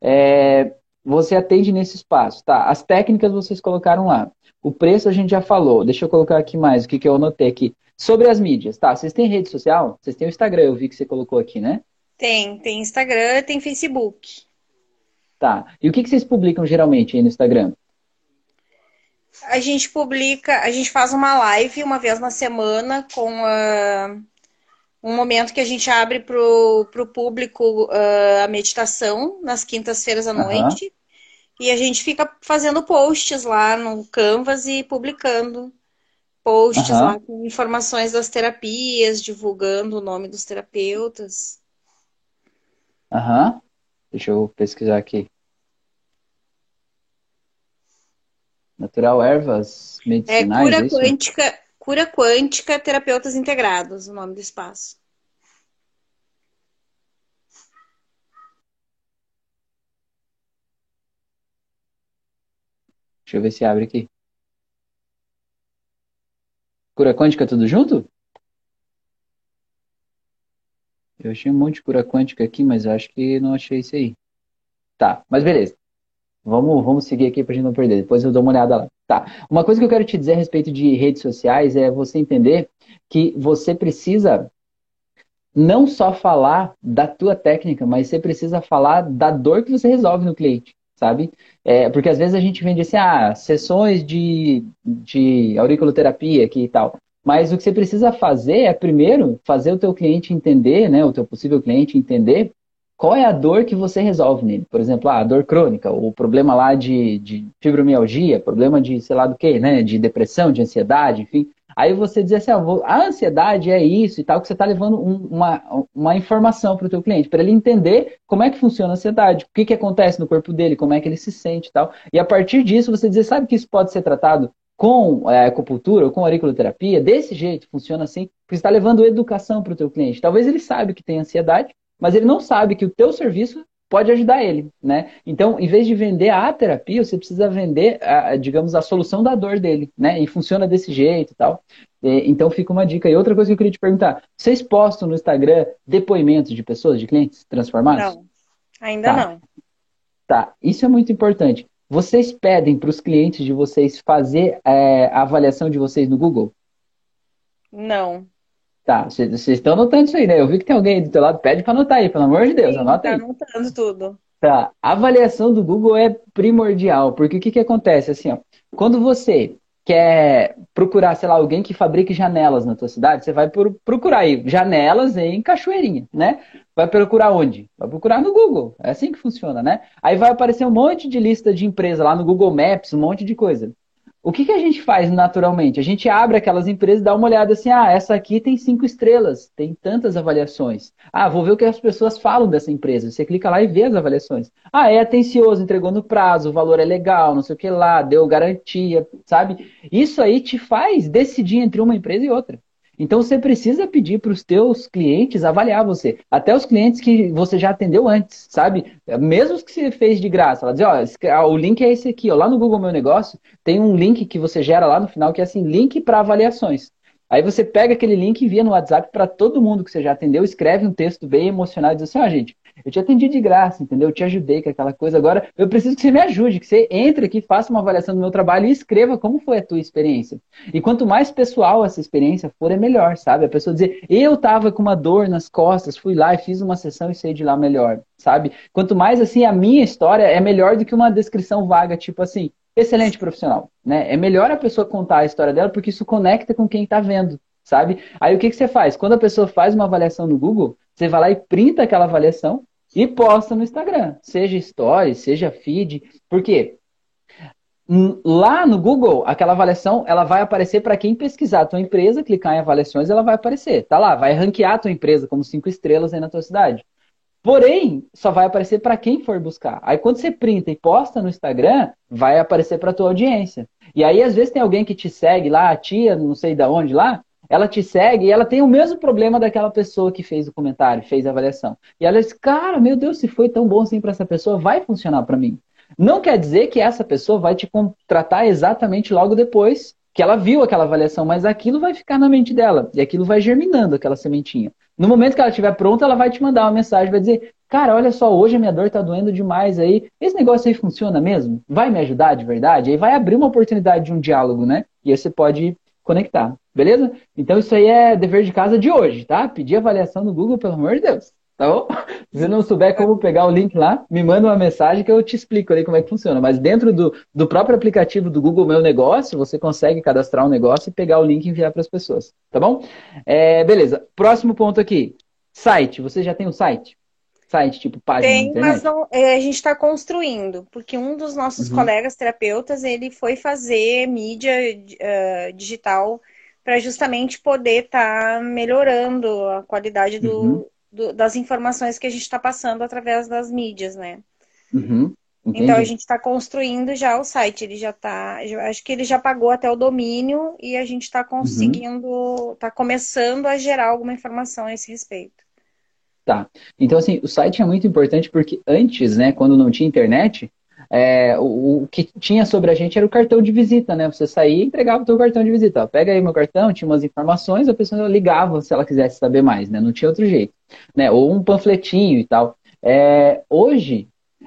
É, você atende nesse espaço. Tá, as técnicas vocês colocaram lá. O preço a gente já falou. Deixa eu colocar aqui mais o que, que eu anotei aqui. Sobre as mídias, tá? Vocês têm rede social? Vocês têm o Instagram, eu vi que você colocou aqui, né? Tem, tem Instagram, tem Facebook. Tá. E o que, que vocês publicam geralmente aí no Instagram? A gente publica, a gente faz uma live uma vez na semana com ah, um momento que a gente abre para o público ah, a meditação nas quintas-feiras à Aham, noite. E a gente fica fazendo posts lá no Canvas e publicando posts lá aham, com informações das terapias, divulgando o nome dos terapeutas. aham. Deixa eu pesquisar aqui. Natural ervas É medicinais, cura é isso? quântica, Cura Quântica Terapeutas Integrados, o nome do espaço. Deixa eu ver se abre aqui. Cura quântica tudo junto? Eu achei um monte de cura quântica aqui, mas eu acho que não achei isso aí. Tá, mas beleza. Vamos, vamos seguir aqui pra gente não perder. Depois eu dou uma olhada lá. Tá. Uma coisa que eu quero te dizer a respeito de redes sociais é você entender que você precisa não só falar da tua técnica, mas você precisa falar da dor que você resolve no cliente, sabe? É, porque às vezes a gente vende assim, ah, sessões de, de auriculoterapia aqui e tal. Mas o que você precisa fazer é, primeiro, fazer o teu cliente entender, né, o teu possível cliente entender qual é a dor que você resolve nele. Por exemplo, ah, a dor crônica, o problema lá de, de fibromialgia, problema de sei lá do que, né, de depressão, de ansiedade, enfim. Aí você diz assim, ah, vou- a ansiedade é isso e tal, que você está levando um- uma, uma informação para o teu cliente, para ele entender como é que funciona a ansiedade, o que, que acontece no corpo dele, como é que ele se sente e tal. E a partir disso você dizer, sabe que isso pode ser tratado com é, acupuntura ou com auriculoterapia? Desse jeito, funciona assim, porque você está levando educação para o teu cliente. Talvez ele saiba que tem ansiedade, mas ele não sabe que o teu serviço pode ajudar ele, né? Então, em vez de vender a terapia, você precisa vender, a, digamos, a solução da dor dele, né? E funciona desse jeito e tal. E, então, fica uma dica. E outra coisa que eu queria te perguntar, vocês postam no Instagram depoimentos de pessoas, de clientes transformados? Não, ainda Tá, não. tá. Isso é muito importante. Vocês pedem para os clientes de vocês fazer é, a avaliação de vocês no Google? Não. Tá, vocês vocês estão anotando isso aí, né? Eu vi que tem alguém aí do teu lado, pede para anotar aí, pelo amor de Deus, Sim, anota tá aí. anotando tudo. Tá. A avaliação do Google é primordial, porque o que que acontece assim, ó, quando você quer procurar, sei lá, alguém que fabrique janelas na tua cidade, você vai por- procurar aí janelas em Cachoeirinha, né? Vai procurar onde? Vai procurar no Google. É assim que funciona, né? Aí vai aparecer um monte de lista de empresa lá no Google Maps, um monte de coisa. O que que a gente faz naturalmente? A gente abre aquelas empresas e dá uma olhada assim, ah, essa aqui tem cinco estrelas, tem tantas avaliações. Ah, vou ver o que as pessoas falam dessa empresa. Você clica lá e vê as avaliações. Ah, é atencioso, entregou no prazo, o valor é legal, não sei o que lá, deu garantia, sabe? Isso aí te faz decidir entre uma empresa e outra. Então você precisa pedir para os teus clientes avaliar você. Até os clientes que você já atendeu antes, sabe? Mesmo os que você fez de graça. Ela diz, ó, esse- ah, o link é esse aqui, ó. Lá no Google Meu Negócio tem um link que você gera lá no final que é assim, link para avaliações. Aí você pega aquele link e envia no WhatsApp para todo mundo que você já atendeu, escreve um texto bem emocionado e diz assim, ó, gente, eu te atendi de graça, entendeu? Eu te ajudei com aquela coisa. Agora eu preciso que você me ajude, que você entre aqui, faça uma avaliação do meu trabalho e escreva como foi a tua experiência. E quanto mais pessoal essa experiência for, é melhor, sabe? A pessoa dizer, eu tava com uma dor nas costas, fui lá e fiz uma sessão e saí de lá melhor, sabe? Quanto mais assim a minha história é melhor do que uma descrição vaga, tipo assim, excelente profissional, né? É melhor a pessoa contar a história dela porque isso conecta com quem está vendo, sabe? Aí o que, que você faz? Quando a pessoa faz uma avaliação no Google, você vai lá e printa aquela avaliação e posta no Instagram, seja story, seja feed, por quê? Lá no Google, aquela avaliação, ela vai aparecer para quem pesquisar a tua empresa, clicar em avaliações, ela vai aparecer. Tá lá, vai ranquear a tua empresa como cinco estrelas aí na tua cidade. Porém, só vai aparecer para quem for buscar. Aí quando você printa e posta no Instagram, vai aparecer para tua audiência. E aí às vezes tem alguém que te segue lá, a tia, não sei de onde lá, ela te segue e ela tem o mesmo problema daquela pessoa que fez o comentário, fez a avaliação. E ela diz: "Cara, meu Deus, se foi tão bom assim para essa pessoa, vai funcionar para mim". Não quer dizer que essa pessoa vai te contratar exatamente logo depois que ela viu aquela avaliação, mas aquilo vai ficar na mente dela e aquilo vai germinando aquela sementinha. No momento que ela estiver pronta, ela vai te mandar uma mensagem, vai dizer, cara, olha só, hoje a minha dor tá doendo demais aí. Esse negócio aí funciona mesmo? Vai me ajudar de verdade? Aí vai abrir uma oportunidade de um diálogo, né? E aí você pode conectar, beleza? Então isso aí é dever de casa de hoje, tá? Pedir avaliação no Google, pelo amor de Deus, tá bom? Se você não souber como pegar o link lá, me manda uma mensagem que eu te explico ali como é que funciona. Mas dentro do, do próprio aplicativo do Google Meu Negócio, você consegue cadastrar um negócio e pegar o link e enviar para as pessoas, tá bom? É, beleza. Próximo ponto aqui. Site. Você já tem um site? Site, tipo página na Tem, mas internet? não, é, a gente está construindo, porque um dos nossos Uhum, colegas terapeutas, ele foi fazer mídia eh, digital para justamente poder estar melhorando a qualidade uhum, do, do- das informações que a gente está passando através das mídias, né? uhum. Então a Entendi. gente está construindo já o site, ele já está, eu acho que ele já pagou até o domínio e a gente está Uhum. conseguindo, está começando a gerar alguma informação a esse respeito. Tá. Então, assim, o site é muito importante porque antes, né, quando não tinha internet, é, o, o que tinha sobre a gente era o cartão de visita, né? Você saía e entregava o teu cartão de visita. Ó, pega aí meu cartão, tinha umas informações, a pessoa ligava se ela quisesse saber mais, né? Não tinha outro jeito, né? Ou um panfletinho e tal. É, hoje,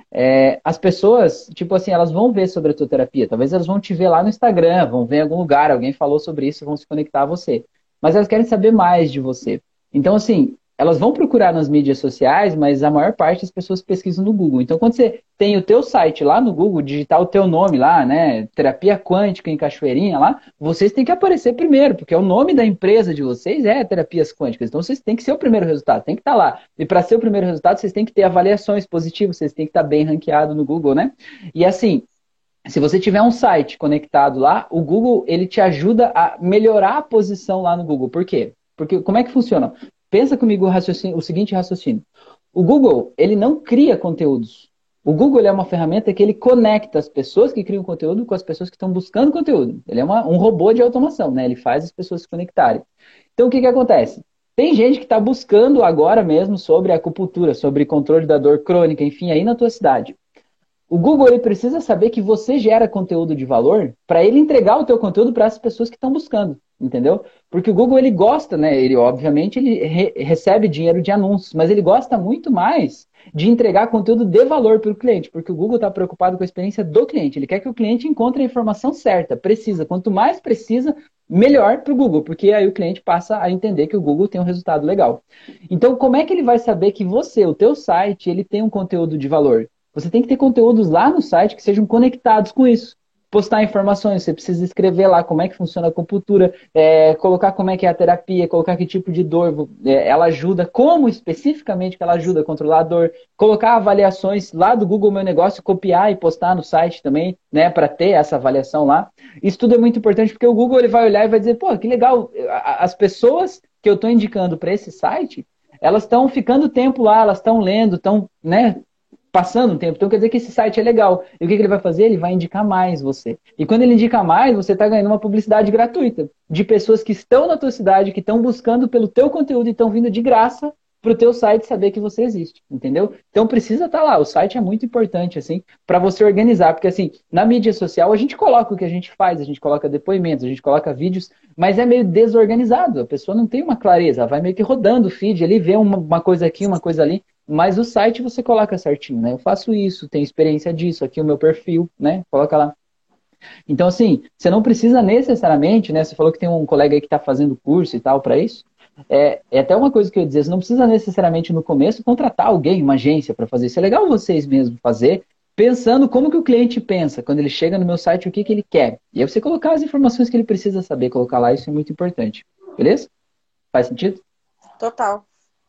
é, as pessoas, tipo assim, elas vão ver sobre a tua terapia. Talvez elas vão te ver lá no Instagram, vão ver em algum lugar, alguém falou sobre isso, vão se conectar a você. Mas elas querem saber mais de você. Então, assim, elas vão procurar nas mídias sociais, mas a maior parte das pessoas pesquisam no Google. Então, quando você tem o teu site lá no Google, digitar o teu nome lá, né, Terapia Quântica em Cachoeirinha lá, vocês têm que aparecer primeiro, porque o nome da empresa de vocês é Terapias Quânticas. Então, vocês têm que ser o primeiro resultado, tem que estar lá. E para ser o primeiro resultado, vocês têm que ter avaliações positivas, vocês têm que estar bem ranqueado no Google, né? E assim, se você tiver um site conectado lá, o Google ele te ajuda a melhorar a posição lá no Google. Por quê? Porque como é que funciona? Pensa comigo o, raciocínio, o seguinte raciocínio. O Google ele não cria conteúdos. O Google ele é uma ferramenta que ele conecta as pessoas que criam conteúdo com as pessoas que estão buscando conteúdo. Ele é uma, um robô de automação, né? Ele faz as pessoas se conectarem. Então o que, que acontece? Tem gente que está buscando agora mesmo sobre acupuntura, sobre controle da dor crônica, enfim, aí na tua cidade. O Google ele precisa saber que você gera conteúdo de valor para ele entregar o teu conteúdo para as pessoas que estão buscando, entendeu? Porque o Google ele gosta, né? Ele obviamente ele re recebe dinheiro de anúncios, mas ele gosta muito mais de entregar conteúdo de valor para o cliente, porque o Google está preocupado com a experiência do cliente. Ele quer que o cliente encontre a informação certa, precisa. Quanto mais precisa, melhor para o Google, porque aí o cliente passa a entender que o Google tem um resultado legal. Então, como é que ele vai saber que você, o teu site, ele tem um conteúdo de valor? Você tem que ter conteúdos lá no site que sejam conectados com isso. Postar informações, você precisa escrever lá como é que funciona a acupuntura, é, colocar como é que é a terapia, colocar que tipo de dor é, ela ajuda, como especificamente que ela ajuda a controlar a dor, colocar avaliações lá do Google Meu Negócio, copiar e postar no site também, né, para ter essa avaliação lá. Isso tudo é muito importante porque o Google ele vai olhar e vai dizer, pô, que legal, as pessoas que eu estou indicando para esse site, elas estão ficando tempo lá, elas estão lendo, estão, né, passando um tempo. Então quer dizer que esse site é legal. E o que, que ele vai fazer? Ele vai indicar mais você. E quando ele indica mais, você está ganhando uma publicidade gratuita de pessoas que estão na tua cidade, que estão buscando pelo teu conteúdo e estão vindo de graça para o teu site saber que você existe, entendeu? Então precisa estar lá. O site é muito importante assim para você organizar, porque assim na mídia social a gente coloca o que a gente faz, a gente coloca depoimentos, a gente coloca vídeos, mas é meio desorganizado. A pessoa não tem uma clareza, ela vai meio que rodando o feed ali, vê uma, uma coisa aqui, uma coisa ali. Mas o site você coloca certinho, né? Eu faço isso, tenho experiência disso, aqui é o meu perfil, né? Coloca lá. Então, assim, você não precisa necessariamente, né? Você falou que tem um colega aí que está fazendo curso e tal para isso. É, é até uma coisa que eu ia dizer, você não precisa necessariamente no começo contratar alguém, uma agência para fazer isso. É legal vocês mesmos fazer, pensando como que o cliente pensa. Quando ele chega no meu site, o que, que ele quer. E aí você colocar as informações que ele precisa saber, colocar lá, isso é muito importante. Beleza? Faz sentido? Total.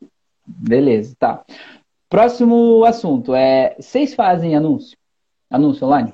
Beleza, tá. Próximo assunto é, vocês fazem anúncio? Anúncio online?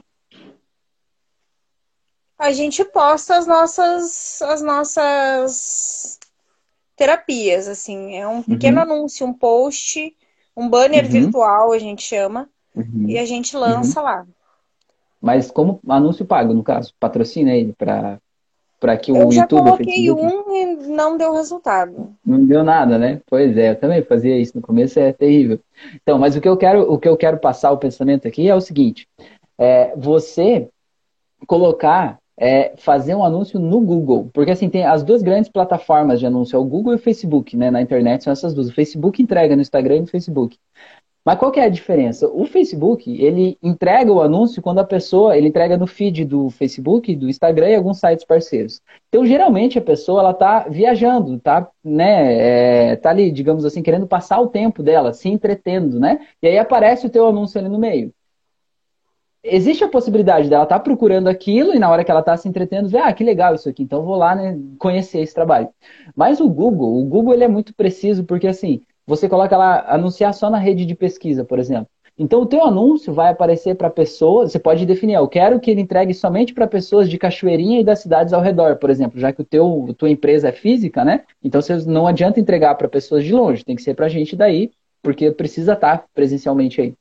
A gente posta as nossas, as nossas terapias, assim, é um pequeno Uhum, anúncio, um post, um banner uhum, virtual, a gente chama, e uhum, a gente uhum. lança lá. Mas como anúncio pago, no caso, patrocina ele para para que o Eu já YouTube, o coloquei Facebook, um e não deu resultado. não deu nada, né? Pois é, eu também fazia isso no começo, é terrível. Então, mas o que eu quero, o que eu quero passar o pensamento aqui é o seguinte: é, você colocar, é, fazer um anúncio no Google. Porque assim, tem as duas grandes plataformas de anúncio, é o Google e o Facebook, né? Na internet são essas duas. O Facebook entrega no Instagram e no Facebook. Mas qual que é a diferença? O Facebook, ele entrega o anúncio quando a pessoa, ele entrega no feed do Facebook, do Instagram e alguns sites parceiros. Então, geralmente, a pessoa, ela tá viajando, tá, né, é, tá ali, digamos assim, querendo passar o tempo dela, se entretendo, né? E aí aparece o teu anúncio ali no meio. Existe a possibilidade dela estar tá procurando aquilo e na hora que ela está se entretendo, ver, ah, que legal isso aqui, então eu vou lá, né, conhecer esse trabalho. Mas o Google, o Google ele é muito preciso porque assim, você coloca lá, anunciar só na rede de pesquisa, por exemplo. Então o teu anúncio vai aparecer para pessoas, você pode definir, eu quero que ele entregue somente para pessoas de Cachoeirinha e das cidades ao redor, por exemplo, já que o teu, a tua empresa é física, né? Então você não adianta entregar para pessoas de longe, tem que ser para gente daí, porque precisa estar presencialmente aí.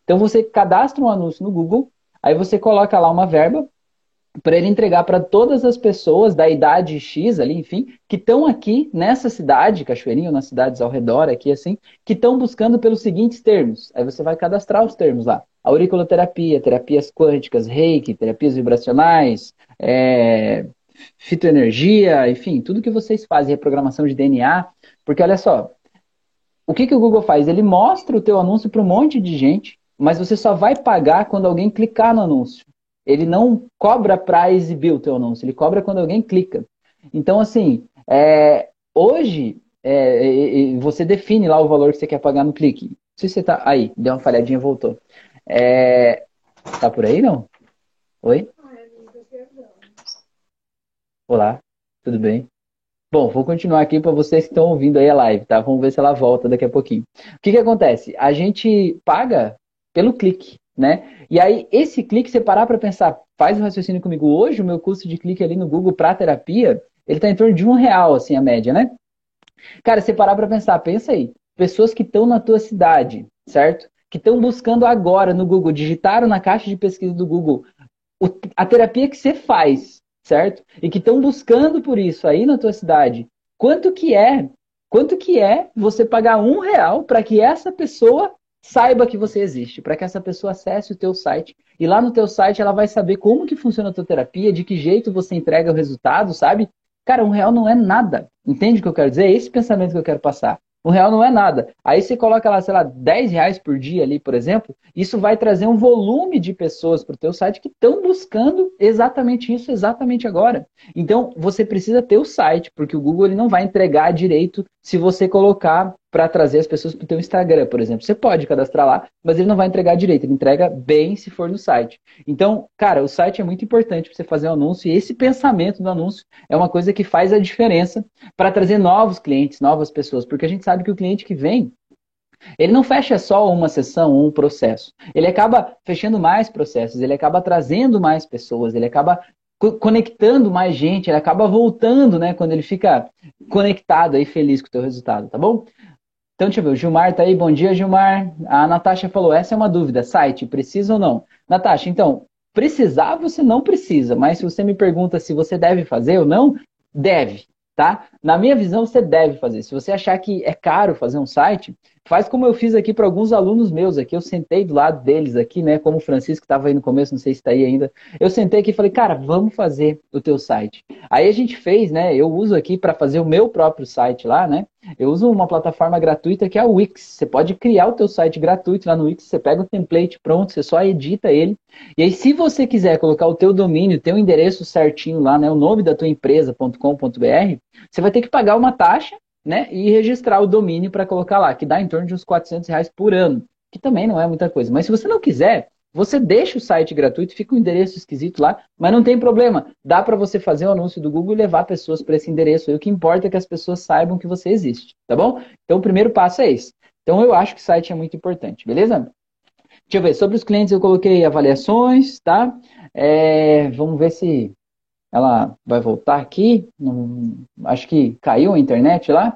Então você cadastra um anúncio no Google, aí você coloca lá uma verba para ele entregar para todas as pessoas da idade X ali, enfim, que estão aqui nessa cidade, Cachoeirinha, ou nas cidades ao redor aqui, assim, que estão buscando pelos seguintes termos. Aí você vai cadastrar os termos lá. Auriculoterapia, terapias quânticas, reiki, terapias vibracionais, é, fitoenergia, enfim, tudo que vocês fazem, reprogramação de D N A, porque olha só, o que, que o Google faz? Ele mostra o teu anúncio para um monte de gente, mas você só vai pagar quando alguém clicar no anúncio. Ele não cobra para exibir o teu anúncio, ele cobra quando alguém clica. Então, assim, é, hoje é, você define lá o valor que você quer pagar no clique. Não sei se você tá aí, deu uma falhadinha e voltou. É, tá por aí, não? Oi? Olá, tudo bem? Bom, vou continuar aqui para vocês que estão ouvindo aí a live, tá? Vamos ver se ela volta daqui a pouquinho. O que que acontece? A gente paga pelo clique, né? E aí, esse clique, você parar para pensar, faz o raciocínio comigo. Hoje, o meu custo de clique ali no Google para terapia, ele está em torno de um real, assim, a média, né? Cara, você parar para pensar, pensa aí. Pessoas que estão na tua cidade, certo? Que estão buscando agora no Google, digitaram na caixa de pesquisa do Google o- a terapia que você faz, certo? E que estão buscando por isso aí na tua cidade. Quanto que é? Quanto que é você pagar um real para que essa pessoa saiba que você existe, para que essa pessoa acesse o teu site e lá no teu site ela vai saber como que funciona a tua terapia, de que jeito você entrega o resultado, sabe? Cara, um real não é nada. Entende o que eu quero dizer? É esse pensamento que eu quero passar. Um real não é nada. Aí você coloca lá, sei lá, dez reais por dia ali, por exemplo, isso vai trazer um volume de pessoas para o teu site que estão buscando exatamente isso, exatamente agora. Então, você precisa ter o site, porque o Google ele não vai entregar direito se você colocar para trazer as pessoas para o teu Instagram, por exemplo. Você pode cadastrar lá, mas ele não vai entregar direito. Ele entrega bem se for no site. Então, cara, o site é muito importante para você fazer um anúncio e esse pensamento do anúncio é uma coisa que faz a diferença para trazer novos clientes, novas pessoas, porque a gente sabe que o cliente que vem, ele não fecha só uma sessão ou um processo. Ele acaba fechando mais processos, ele acaba trazendo mais pessoas, ele acaba co- conectando mais gente, ele acaba voltando, né, quando ele fica conectado aí, feliz com o teu resultado, tá bom? Então, deixa eu ver, o Gilmar tá aí, bom dia, Gilmar. A Natasha falou, essa é uma dúvida, site, precisa ou não? Natasha, então, precisar você não precisa, mas se você me pergunta se você deve fazer ou não, deve, tá? Na minha visão, você deve fazer. Se você achar que é caro fazer um site, faz como eu fiz aqui para alguns alunos meus aqui, eu sentei do lado deles aqui, né, como o Francisco estava aí no começo, não sei se está aí ainda, eu sentei aqui e falei, cara, vamos fazer o teu site. Aí a gente fez, né, eu uso aqui para fazer o meu próprio site lá, né, eu uso uma plataforma gratuita que é o Wix. Você pode criar o teu site gratuito lá no Wix, você pega o template pronto, você só edita ele. E aí, se você quiser colocar o teu domínio, teu endereço certinho lá, né, o nome da tua empresa ponto com ponto br, você vai ter que pagar uma taxa, né, e registrar o domínio para colocar lá, que dá em torno de uns quatrocentos reais por ano, que também não é muita coisa. Mas se você não quiser, você deixa o site gratuito, fica um endereço esquisito lá, mas não tem problema. Dá para você fazer o anúncio do Google e levar pessoas para esse endereço. E o que importa é que as pessoas saibam que você existe, tá bom? Então o primeiro passo é esse. Então eu acho que o site é muito importante, beleza? Deixa eu ver, sobre os clientes eu coloquei avaliações, tá? É, vamos ver se ela vai voltar aqui. Não, acho que caiu a internet lá.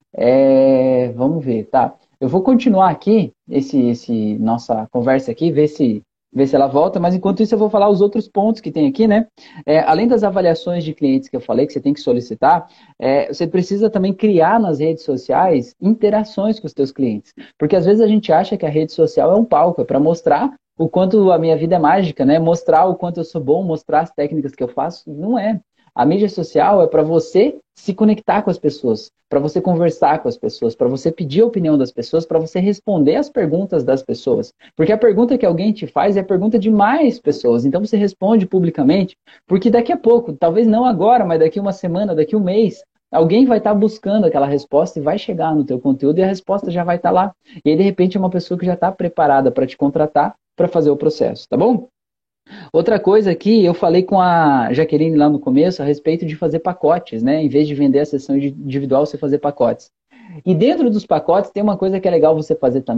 É, vamos ver, tá? Eu vou continuar aqui esse, esse nossa conversa aqui, ver se, ver se ela volta, mas enquanto isso eu vou falar os outros pontos que tem aqui, né? É, além das avaliações de clientes que eu falei, que você tem que solicitar, é, você precisa também criar nas redes sociais interações com os teus clientes. Porque às vezes a gente acha que a rede social é um palco, é para mostrar o quanto a minha vida é mágica, né? Mostrar o quanto eu sou bom, mostrar as técnicas que eu faço. Não é. A mídia social é para você se conectar com as pessoas, para você conversar com as pessoas, para você pedir a opinião das pessoas, para você responder as perguntas das pessoas. Porque a pergunta que alguém te faz é a pergunta de mais pessoas. Então você responde publicamente, porque daqui a pouco, talvez não agora, mas daqui uma semana, daqui um mês, alguém vai estar buscando aquela resposta e vai chegar no teu conteúdo e a resposta já vai estar lá. E aí, de repente, é uma pessoa que já está preparada para te contratar para fazer o processo, tá bom? Outra coisa aqui, eu falei com a Jaqueline lá no começo a respeito de fazer pacotes, né? Em vez de vender a sessão individual, você fazer pacotes. E dentro dos pacotes tem uma coisa que é legal você fazer também,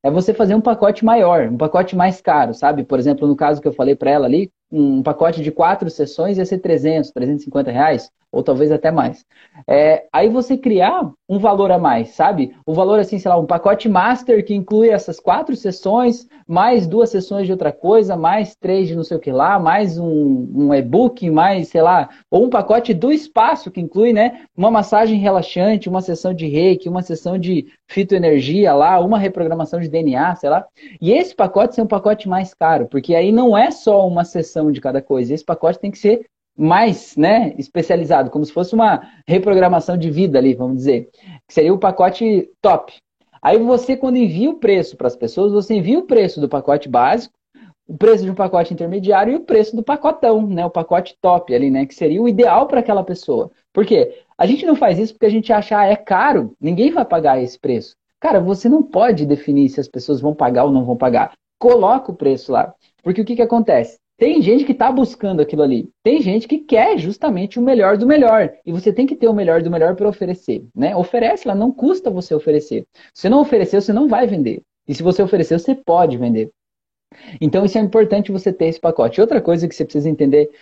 é você fazer um pacote maior, um pacote mais caro, sabe? Por exemplo, no caso que eu falei para ela ali, um pacote de quatro sessões ia ser trezentos, trezentos e cinquenta reais, ou talvez até mais. É, aí você criar um valor a mais, sabe? O valor assim, sei lá, um pacote master que inclui essas quatro sessões, mais duas sessões de outra coisa, mais três de não sei o que lá, mais um, um e-book, mais, sei lá, ou um pacote do espaço que inclui, né, uma massagem relaxante, uma sessão de reiki, uma sessão de fitoenergia lá, uma reprogramação de D N A, sei lá. E esse pacote é um pacote mais caro, porque aí não é só uma sessão de cada coisa, esse pacote tem que ser mais, né, especializado, como se fosse uma reprogramação de vida ali, vamos dizer, que seria o pacote top. Aí você, quando envia o preço para as pessoas, você envia o preço do pacote básico, o preço de um pacote intermediário e o preço do pacotão, né, o pacote top ali, né, que seria o ideal para aquela pessoa. Por quê? A gente não faz isso porque a gente acha, ah, é caro, ninguém vai pagar esse preço. Cara, você não pode definir se as pessoas vão pagar ou não vão pagar. Coloca o preço lá. Porque o que, que acontece? Tem gente que está buscando aquilo ali. Tem gente que quer justamente o melhor do melhor. E você tem que ter o melhor do melhor para oferecer, né? Oferece lá, não custa você oferecer. Se você não oferecer, você não vai vender. E se você oferecer, você pode vender. Então isso é importante você ter esse pacote. Outra coisa que você precisa entender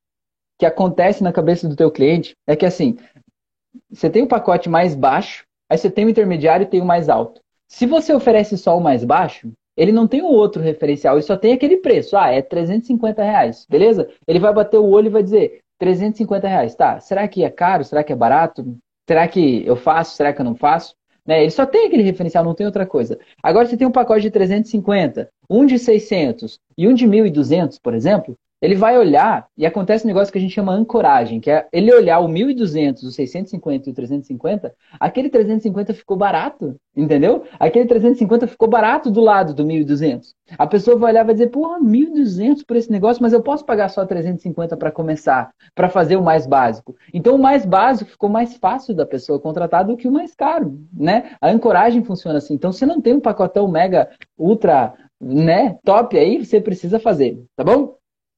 que acontece na cabeça do teu cliente é que assim, você tem o pacote mais baixo, aí você tem o intermediário e tem o mais alto. Se você oferece só o mais baixo, ele não tem o outro referencial, ele só tem aquele preço. Ah, é trezentos e cinquenta reais, beleza? Ele vai bater o olho e vai dizer trezentos e cinquenta reais. Tá, será que é caro? Será que é barato? Será que eu faço? Será que eu não faço? Né? Ele só tem aquele referencial, não tem outra coisa. Agora você tem um pacote de trezentos e cinquenta, um de seiscentos e um de mil e duzentos, por exemplo. Ele vai olhar e acontece um negócio que a gente chama ancoragem, que é ele olhar o mil e duzentos, o seiscentos e cinquenta e o trezentos e cinquenta, aquele trezentos e cinquenta ficou barato, entendeu? Aquele trezentos e cinquenta ficou barato do lado do mil e duzentos. A pessoa vai olhar e vai dizer, porra, mil e duzentos por esse negócio, mas eu posso pagar só trezentos e cinquenta para começar, para fazer o mais básico. Então o mais básico ficou mais fácil da pessoa contratar do que o mais caro, né? A ancoragem funciona assim. Então se não tem um pacotão mega, ultra, né, top aí, você precisa fazer, tá bom?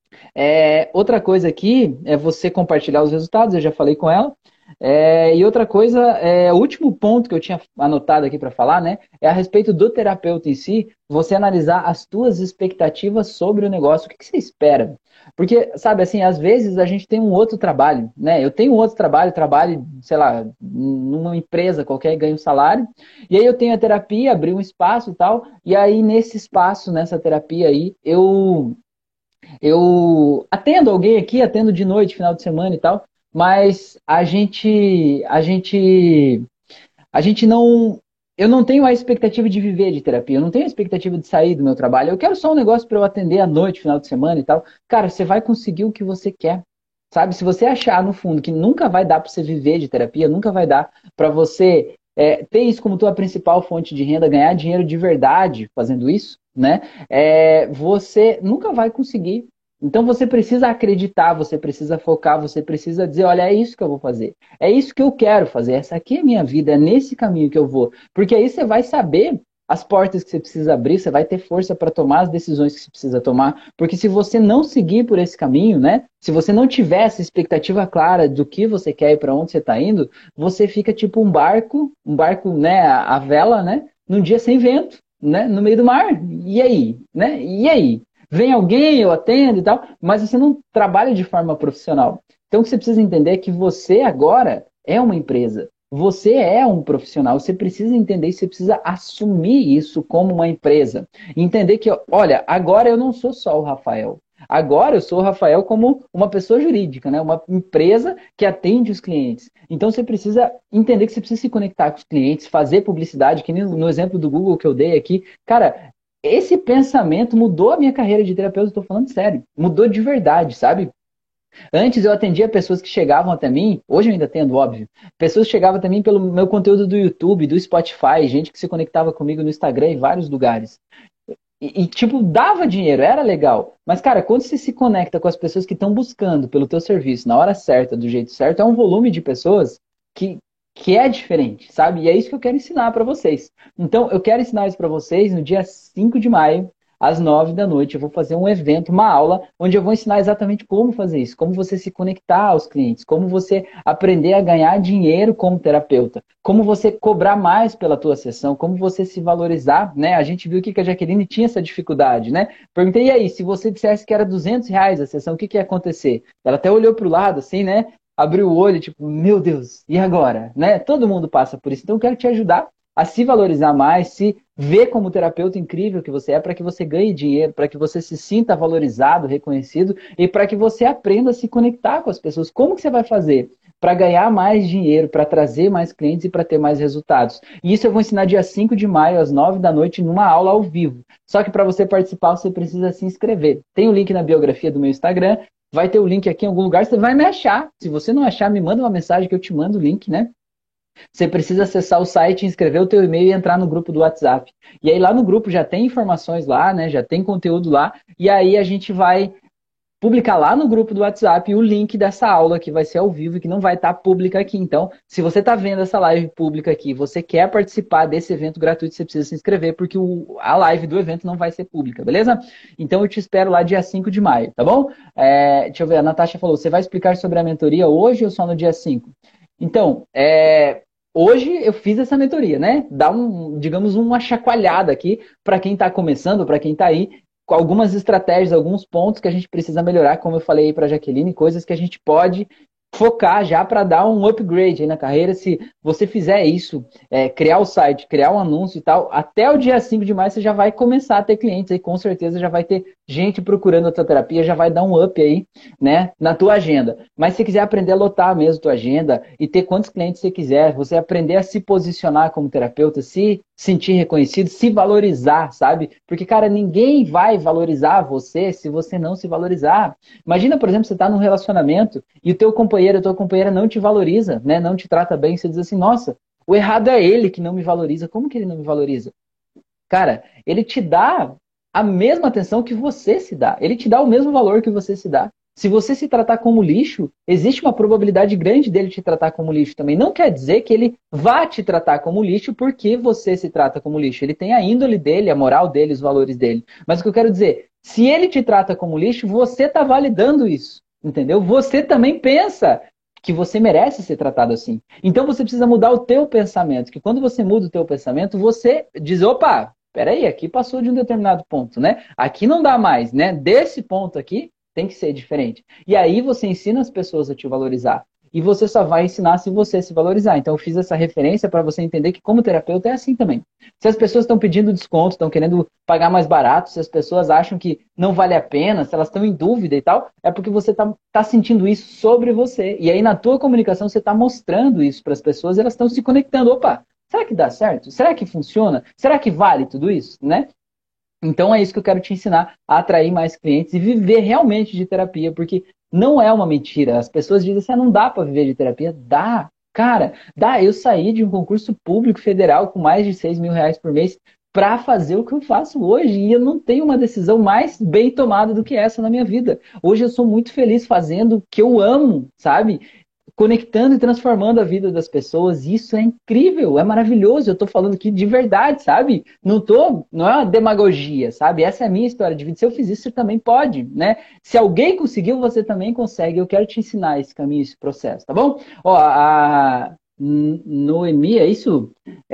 É, outra coisa aqui é você compartilhar os resultados, eu já falei com ela. É, e outra coisa, é, o último ponto que eu tinha anotado aqui para falar, né, é a respeito do terapeuta em si, você analisar as tuas expectativas sobre o negócio, o que, que você espera? Porque, sabe, assim, às vezes a gente tem um outro trabalho, né, eu tenho um outro trabalho, trabalho, sei lá, numa empresa qualquer, ganho um salário, e aí eu tenho a terapia, abri um espaço e tal, e aí nesse espaço, nessa terapia aí, eu... Eu atendo alguém aqui, atendo de noite, final de semana e tal, mas a gente, a gente, a gente não, eu não tenho a expectativa de viver de terapia, eu não tenho a expectativa de sair do meu trabalho. Eu quero só um negócio para eu atender à noite, final de semana e tal. Cara, você vai conseguir o que você quer, sabe? Se você achar no fundo que nunca vai dar para você viver de terapia, nunca vai dar para você é, ter isso como tua principal fonte de renda, ganhar dinheiro de verdade fazendo isso, né? É, você nunca vai conseguir. Então você precisa acreditar, você precisa focar, você precisa dizer, olha, é isso que eu vou fazer. É isso que eu quero fazer. Essa aqui é a minha vida, é nesse caminho que eu vou. Porque aí você vai saber as portas que você precisa abrir, você vai ter força para tomar as decisões que você precisa tomar. Porque se você não seguir por esse caminho, né? Se você não tiver essa expectativa clara do que você quer e para onde você está indo, você fica tipo um barco, um barco, né, a vela, né, num dia sem vento, né, no meio do mar. E aí, né? E aí? Vem alguém, eu atendo e tal, mas você não trabalha de forma profissional. Então o que você precisa entender é que você agora é uma empresa. Você é um profissional, você precisa entender e você precisa assumir isso como uma empresa. Entender que, olha, agora eu não sou só o Rafael. Agora eu sou o Rafael como uma pessoa jurídica, né? Uma empresa que atende os clientes. Então você precisa entender que você precisa se conectar com os clientes, fazer publicidade, que nem no exemplo do Google que eu dei aqui. Cara, esse pensamento mudou a minha carreira de terapeuta, estou falando sério. Mudou de verdade, sabe? Antes eu atendia pessoas que chegavam até mim, hoje eu ainda atendo, óbvio. Pessoas que chegavam até mim pelo meu conteúdo do YouTube, do Spotify, gente que se conectava comigo no Instagram em vários lugares. E, e, tipo, dava dinheiro, era legal. Mas, cara, quando você se conecta com as pessoas que estão buscando pelo teu serviço, na hora certa, do jeito certo, é um volume de pessoas que, que é diferente, sabe? E é isso que eu quero ensinar para vocês. Então, eu quero ensinar isso para vocês no dia cinco de maio, às nove da noite, eu vou fazer um evento, uma aula, onde eu vou ensinar exatamente como fazer isso, como você se conectar aos clientes, como você aprender a ganhar dinheiro como terapeuta, como você cobrar mais pela tua sessão, como você se valorizar, né? A gente viu aqui que a Jaqueline tinha essa dificuldade, né? Perguntei, e aí, se você dissesse que era duzentos reais a sessão, o que, que ia acontecer? Ela até olhou para o lado, assim, né? Abriu o olho, tipo, meu Deus, e agora? Né? Todo mundo passa por isso, então eu quero te ajudar a se valorizar mais, se ver como terapeuta incrível que você é, para que você ganhe dinheiro, para que você se sinta valorizado, reconhecido e para que você aprenda a se conectar com as pessoas. Como que você vai fazer para ganhar mais dinheiro, para trazer mais clientes e para ter mais resultados? E isso eu vou ensinar dia cinco de maio, às nove da noite, numa aula ao vivo. Só que para você participar, você precisa se inscrever. Tem o link na biografia do meu Instagram, vai ter o link aqui em algum lugar, você vai me achar. Se você não achar, me manda uma mensagem que eu te mando o link, né? Você precisa acessar o site, inscrever o teu e-mail e entrar no grupo do WhatsApp. E aí lá no grupo já tem informações lá, né? Já tem conteúdo lá. E aí a gente vai publicar lá no grupo do WhatsApp o link dessa aula que vai ser ao vivo e que não vai estar pública aqui. Então, se você está vendo essa live pública aqui, você quer participar desse evento gratuito, você precisa se inscrever, porque o, a live do evento não vai ser pública, beleza? Então eu te espero lá dia cinco de maio, tá bom? É, deixa eu ver, a Natasha falou, você vai explicar sobre a mentoria hoje ou só no dia cinco? Então, é, hoje eu fiz essa mentoria, né? Dá um, digamos, uma chacoalhada aqui para quem está começando, para quem está aí, com algumas estratégias, alguns pontos que a gente precisa melhorar, como eu falei aí para a Jaqueline, coisas que a gente pode focar já para dar um upgrade aí na carreira. Se você fizer isso, é, criar o site, criar um anúncio e tal, até o dia cinco de maio você já vai começar a ter clientes aí, com certeza já vai ter gente procurando a tua terapia, já vai dar um up aí, né, na tua agenda. Mas se você quiser aprender a lotar mesmo a tua agenda e ter quantos clientes você quiser, você aprender a se posicionar como terapeuta, se sentir reconhecido, se valorizar, sabe? Porque, cara, ninguém vai valorizar você se você não se valorizar. Imagina, por exemplo, você está num relacionamento e o teu companheiro, a tua companheira não te valoriza, né? Não te trata bem, você diz assim, nossa, o errado é ele que não me valoriza. Como que ele não me valoriza? Cara, ele te dá a mesma atenção que você se dá. Ele te dá o mesmo valor que você se dá. Se você se tratar como lixo, existe uma probabilidade grande dele te tratar como lixo também. Não quer dizer que ele vá te tratar como lixo porque você se trata como lixo. Ele tem a índole dele, a moral dele, os valores dele. Mas o que eu quero dizer, se ele te trata como lixo, você está validando isso. Entendeu? Você também pensa que você merece ser tratado assim. Então você precisa mudar o teu pensamento. Que quando você muda o teu pensamento, você diz, opa, peraí, aqui passou de um determinado ponto, né? Aqui não dá mais, né? Desse ponto aqui, tem que ser diferente. E aí você ensina as pessoas a te valorizar. E você só vai ensinar se você se valorizar. Então eu fiz essa referência para você entender que como terapeuta é assim também. Se as pessoas estão pedindo desconto, estão querendo pagar mais barato, se as pessoas acham que não vale a pena, se elas estão em dúvida e tal, é porque você está tá sentindo isso sobre você. E aí na tua comunicação você está mostrando isso para as pessoas e elas estão se conectando. Opa, será que dá certo? Será que funciona? Será que vale tudo isso? Né? Então é isso que eu quero te ensinar, a atrair mais clientes e viver realmente de terapia, porque não é uma mentira. As pessoas dizem assim, ah, não dá para viver de terapia. Dá, cara, dá. Eu saí de um concurso público federal com mais de seis mil reais por mês para fazer o que eu faço hoje. E eu não tenho uma decisão mais bem tomada do que essa na minha vida. Hoje eu sou muito feliz fazendo o que eu amo, sabe? Conectando e transformando a vida das pessoas. Isso é incrível, é maravilhoso. Eu tô falando aqui de verdade, sabe? Não tô, não é uma demagogia, sabe? Essa é a minha história de vida. Se eu fiz isso, você também pode, né? Se alguém conseguiu, você também consegue. Eu quero te ensinar esse caminho, esse processo, tá bom? Ó, a Noemi, é isso?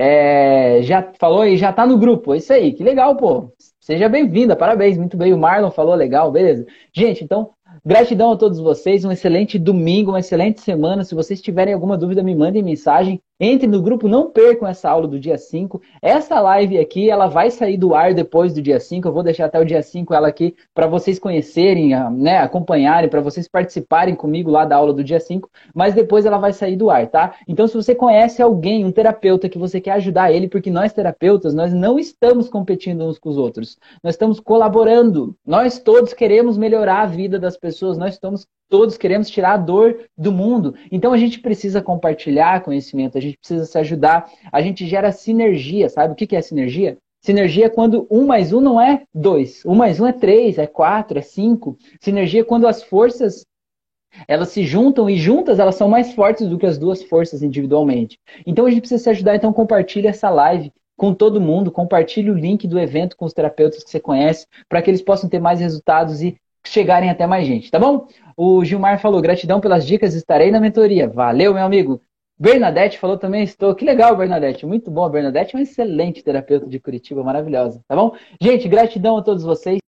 É, já falou aí, já tá no grupo. É isso aí, que legal, pô. Seja bem-vinda, parabéns, muito bem. O Marlon falou legal, beleza? Gente, então, gratidão a todos vocês, um excelente domingo, uma excelente semana. Se vocês tiverem alguma dúvida, me mandem mensagem. Entre no grupo, não percam essa aula do dia cinco. Essa live aqui, ela vai sair do ar depois do dia cinco. Eu vou deixar até o dia cinco ela aqui para vocês conhecerem, né, acompanharem, para vocês participarem comigo lá da aula do dia cinco. Mas depois ela vai sair do ar, tá? Então, se você conhece alguém, um terapeuta, que você quer ajudar ele, porque nós terapeutas, nós não estamos competindo uns com os outros. Nós estamos colaborando. Nós todos queremos melhorar a vida das pessoas. Nós estamos todos queremos tirar a dor do mundo. Então a gente precisa compartilhar conhecimento, a gente precisa se ajudar, a gente gera sinergia, sabe? O que é sinergia? Sinergia é quando um mais um não é dois, um mais um é três, é quatro, é cinco. Sinergia é quando as forças elas se juntam e juntas elas são mais fortes do que as duas forças individualmente. Então a gente precisa se ajudar, então compartilha essa live. com todo mundo, compartilhe o link do evento com os terapeutas que você conhece, para que eles possam ter mais resultados e chegarem até mais gente, tá bom? O Gilmar falou, gratidão pelas dicas, estarei na mentoria. Valeu, meu amigo. Bernadette falou também, estou. Que legal, Bernadette. Muito bom. A Bernadette é uma excelente terapeuta de Curitiba, maravilhosa, tá bom? Gente, gratidão a todos vocês.